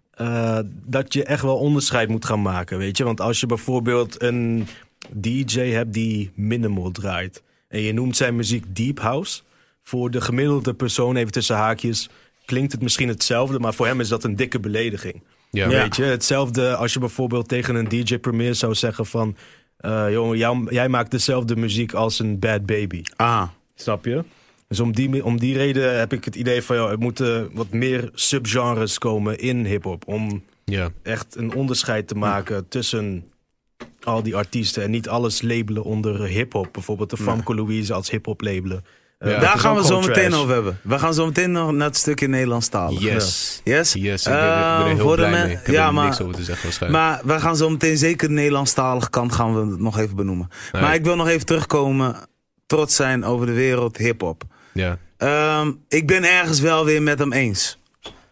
Dat je echt wel onderscheid moet gaan maken, weet je. Want als je bijvoorbeeld een DJ hebt die minimal draait en je noemt zijn muziek deep house, voor de gemiddelde persoon, even tussen haakjes, klinkt het misschien hetzelfde, maar voor hem is dat een dikke belediging. Ja. Weet je, hetzelfde als je bijvoorbeeld tegen een DJ Premier zou zeggen van, jongen, jij maakt dezelfde muziek als een Bad Baby. Snap je? Dus om die reden heb ik het idee van, er moeten wat meer subgenres komen in hiphop. Om echt een onderscheid te maken tussen al die artiesten. En niet alles labelen onder hiphop. Bijvoorbeeld de Famke Louise als hiphop labelen. Daar gaan we zo meteen over hebben. We gaan zo meteen nog naar het stukje Nederlandstalig. Yes. Yes, ik ben er heel blij mee. Ik heb er niks over te zeggen waarschijnlijk. Maar we gaan zo meteen zeker de Nederlandstalige kant gaan we nog even benoemen. Nee. Maar ik wil nog even terugkomen. Trots zijn over de wereld hiphop. Ja. Ik ben ergens wel weer met hem eens.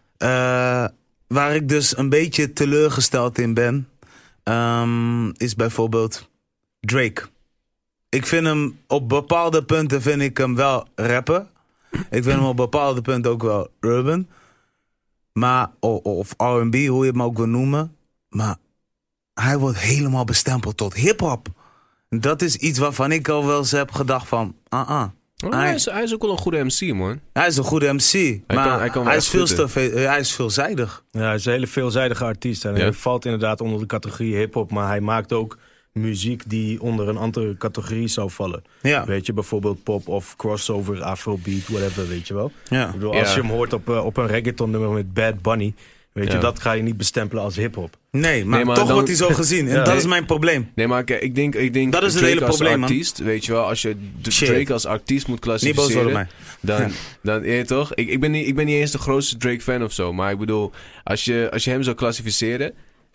Waar ik dus een beetje teleurgesteld in ben, is bijvoorbeeld Drake. Ik vind hem op bepaalde punten vind ik hem wel rappen. Ik vind hem op bepaalde punten ook wel urban. Maar, of R&B, hoe je het maar ook wil noemen. Maar hij wordt helemaal bestempeld tot hiphop. Dat is iets waarvan ik al wel eens heb gedacht van, hij is ook wel een goede MC, man. Hij is een goede MC, maar hij is veelzijdig. Ja, hij is een hele veelzijdige artiest. En hij valt inderdaad onder de categorie hiphop, maar hij maakt ook muziek die onder een andere categorie zou vallen. Ja. Weet je, bijvoorbeeld pop of crossover, afrobeat, whatever, weet je wel. Ja. Ik bedoel, als je hem hoort op een reggaeton nummer met Bad Bunny, weet je, dat ga je niet bestempelen als hiphop. Nee, maar toch wordt hij zo gezien. En dat is mijn probleem. Nee, maar ik denk dat is het hele probleem, als artiest, weet je wel, als je Drake als artiest moet klassificeren, dan toch? Ik ben niet eens de grootste Drake fan of zo, maar ik bedoel, als je hem zou klassificeren,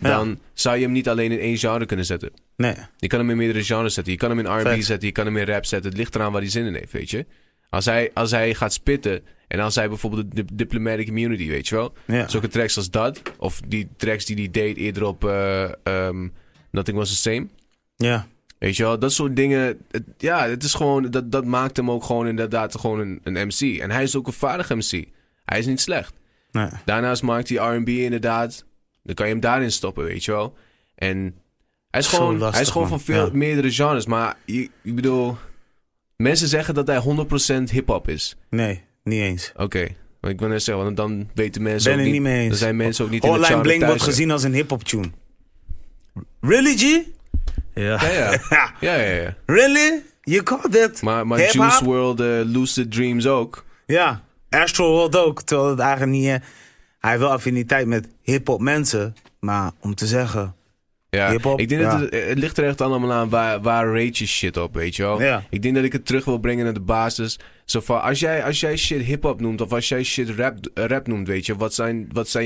dan zou je hem niet alleen in één genre kunnen zetten. Nee. Je kan hem in meerdere genres zetten. Je kan hem in R&B zetten, je kan hem in rap zetten. Het ligt eraan waar hij zin in heeft, weet je. Als hij gaat spitten en als hij bijvoorbeeld de Diplomatic Immunity, weet je wel. Ja. Zulke tracks als dat, of die tracks die hij deed eerder op Nothing Was The Same. Ja. Weet je wel, dat soort dingen. Het is gewoon, dat maakt hem ook gewoon inderdaad gewoon een MC. En hij is ook een vaardige MC. Hij is niet slecht. Nee. Daarnaast maakt hij R&B inderdaad. Dan kan je hem daarin stoppen, weet je wel. En hij is gewoon van veel meerdere genres. Maar ik bedoel, mensen zeggen dat hij 100% hip-hop is. Nee, niet eens. Oké. Ik wil net zeggen, want dan weten mensen ben ook niet. Niet mee eens. Dan zijn mensen ook niet in het Hotline genre Bling thuis. wordt gezien als een hip-hop tune. Really, G? Ja. Really? You call that Maar Juice WRLD, Lucid Dreams ook. Ja, Astro World ook. Terwijl het eigenlijk niet... hij heeft wel affiniteit met hip-hop mensen. Maar om te zeggen... Ja, hip-hop, ik denk dat het ligt er echt allemaal aan waar rate je shit op, weet je wel. Ja. Ik denk dat ik het terug wil brengen naar de basis. Zo van, als jij shit hip-hop noemt of als jij shit rap noemt, weet je, wat zijn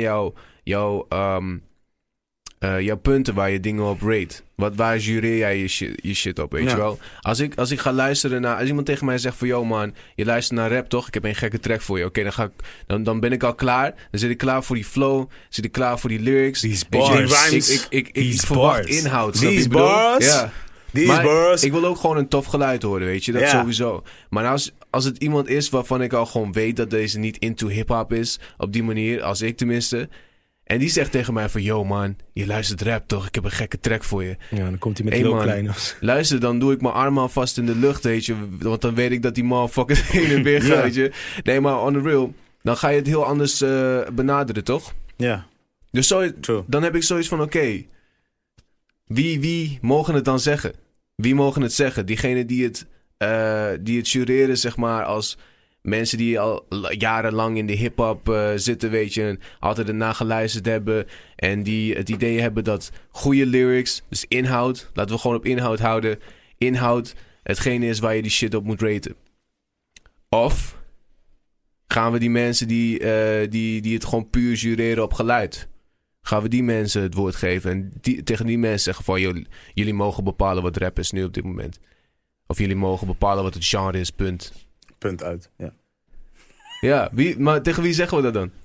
jouw punten waar je dingen op rate? Waar jureer jij je shit op, weet je wel? Als ik ga luisteren naar... Als iemand tegen mij zegt van... Yo man, je luistert naar rap toch? Ik heb een gekke track voor je. Oké, dan ben ik al klaar. Dan zit ik klaar voor die flow. Zit ik klaar voor die lyrics. These bars. Ik verwacht inhoud. These bars. Ja. These bars. Ik wil ook gewoon een tof geluid horen, weet je? Dat sowieso. Maar als het iemand is waarvan ik al gewoon weet... dat deze niet into hip-hop is... op die manier, als ik tenminste... En die zegt tegen mij van... Yo man, je luistert rap toch? Ik heb een gekke track voor je. Ja, dan komt hij met heel klein. Luister, dan doe ik mijn arm al vast in de lucht, weet je. Want dan weet ik dat die motherfucker heen en weer gaat, weet je. Nee, maar on the real... Dan ga je het heel anders benaderen, toch? Ja. Dus dan heb ik zoiets van... Oké, wie mogen het dan zeggen? Wie mogen het zeggen? Diegenen die het jureren, zeg maar, als... Mensen die al jarenlang in de hip-hop zitten, weet je. En altijd ernaar geluisterd hebben. En die het idee hebben dat goede lyrics, dus inhoud. Laten we gewoon op inhoud houden. Inhoud hetgene is waar je die shit op moet raten. Of gaan we die mensen die het gewoon puur jureren op geluid. Gaan we die mensen het woord geven. En tegen die mensen zeggen van... Jullie mogen bepalen wat rap is nu op dit moment. Of jullie mogen bepalen wat het genre is, punt. Punt uit, ja. Ja, maar tegen wie zeggen we dat dan?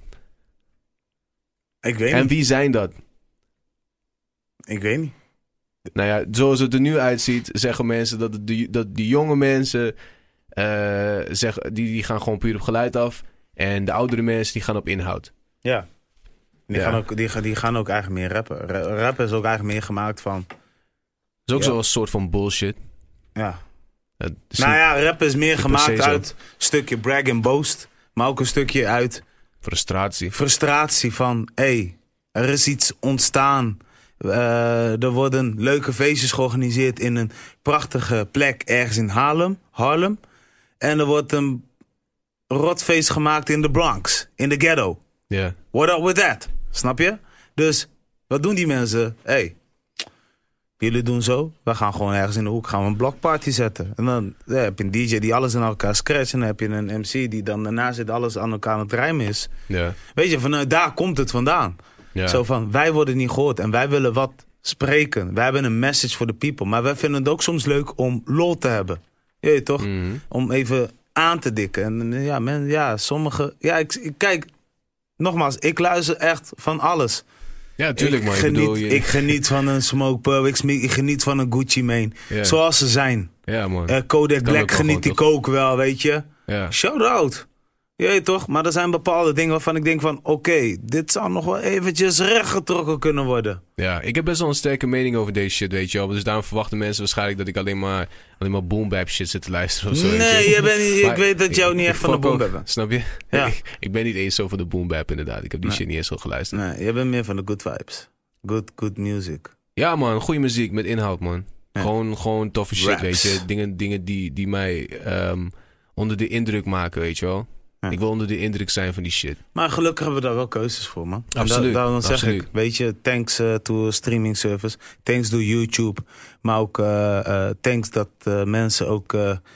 Ik weet niet. En wie zijn dat? Ik weet niet. Nou ja, zoals het er nu uitziet, zeggen mensen dat die jonge mensen zeggen, die gaan gewoon puur op geluid af. En de oudere mensen die gaan op inhoud. Ja. Die gaan ook eigenlijk meer rappen. Rappen is ook eigenlijk meer gemaakt van... is ook zo'n soort van bullshit. Ja. Nou ja, rap is meer gemaakt uit een stukje brag and boast. Maar ook een stukje uit... Frustratie van... er is iets ontstaan. Er worden leuke feestjes georganiseerd in een prachtige plek ergens in Harlem. En er wordt een rotfeest gemaakt in de Bronx. In de ghetto. Yeah. What up with that? Snap je? Dus, wat doen die mensen? Jullie doen zo. We gaan gewoon ergens in de hoek een blockparty zetten. En dan heb je een DJ die alles in elkaar scratcht. En dan heb je een MC die dan daarna zit alles aan elkaar aan het rijmen is. Yeah. Weet je, vanuit daar komt het vandaan. Yeah. Zo van, wij worden niet gehoord en wij willen wat spreken. Wij hebben een message voor de people. Maar wij vinden het ook soms leuk om lol te hebben. Je weet toch? Mm-hmm. Om even aan te dikken. En sommige... Ja, ik kijk, nogmaals, ik luister echt van alles. Ja, tuurlijk, maar ik geniet van een Smoke Pub, ik geniet van een Gucci Mane. Yeah. Zoals ze zijn. Ja, man. Kodak Black geniet ik ook wel, weet je. Yeah. Shout out. Je weet toch? Maar er zijn bepaalde dingen waarvan ik denk van... Oké, dit zou nog wel eventjes rechtgetrokken kunnen worden. Ja, ik heb best wel een sterke mening over deze shit, weet je wel. Dus daarom verwachten mensen waarschijnlijk dat ik alleen maar boom bap shit zit te luisteren of zo. Nee, ik weet dat jou niet echt van de boom bap bent. Snap je? Ja. Ik ben niet eens zo van de boom bap inderdaad. Ik heb die shit niet eens zo geluisterd. Nee, jij bent meer van de good vibes. Good music. Ja man, goede muziek met inhoud man. Ja. Gewoon toffe shit, raps. Weet je. Dingen die mij onder de indruk maken, weet je wel. Ja. Ik wil onder de indruk zijn van die shit. Maar gelukkig hebben we daar wel keuzes voor, man. Absoluut. Daarom zeg ik, weet je, thanks to streaming service. Thanks to YouTube. Maar ook thanks dat mensen ook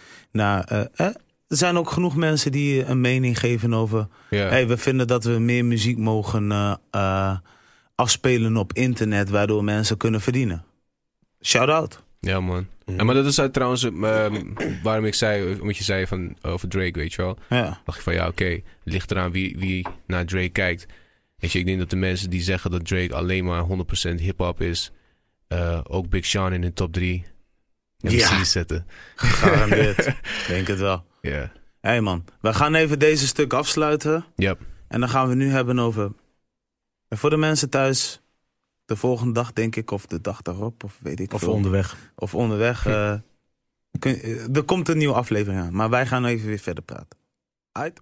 er zijn ook genoeg mensen die een mening geven over... Yeah. Hey, we vinden dat we meer muziek mogen afspelen op internet, waardoor mensen kunnen verdienen. Shout-out. Ja, man. Maar dat is trouwens waarom ik zei, wat je zei over Drake, weet je wel. Ja. Dacht ik van, ja, oké. Het ligt eraan wie naar Drake kijkt. Weet je, ik denk dat de mensen die zeggen dat Drake alleen maar 100% hip-hop is, ook Big Sean in de top 3 MC zetten. Gegarandeerd. Denk het wel. Ja. Yeah. Hey man, we gaan even deze stuk afsluiten. Yep. En dan gaan we nu hebben over... En voor de mensen thuis, de volgende dag denk ik, of de dag daarop, of weet ik Of veel. onderweg. Of onderweg. Er komt een nieuwe aflevering aan. Maar wij gaan even weer verder praten. Uit.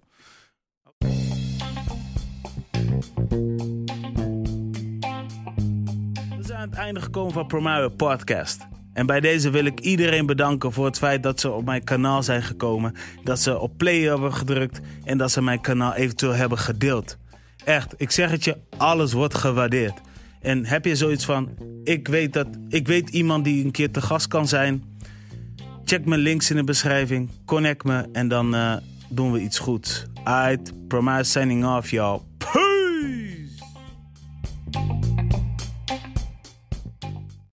We zijn aan het einde gekomen van Primario Podcast. En bij deze wil ik iedereen bedanken voor het feit dat ze op mijn kanaal zijn gekomen. Dat ze op play hebben gedrukt. En dat ze mijn kanaal eventueel hebben gedeeld. Echt, ik zeg het je, alles wordt gewaardeerd. En heb je zoiets van, ik weet iemand die een keer te gast kan zijn. Check mijn links in de beschrijving. Connect me en dan doen we iets goeds. Aight, Primario signing off, y'all.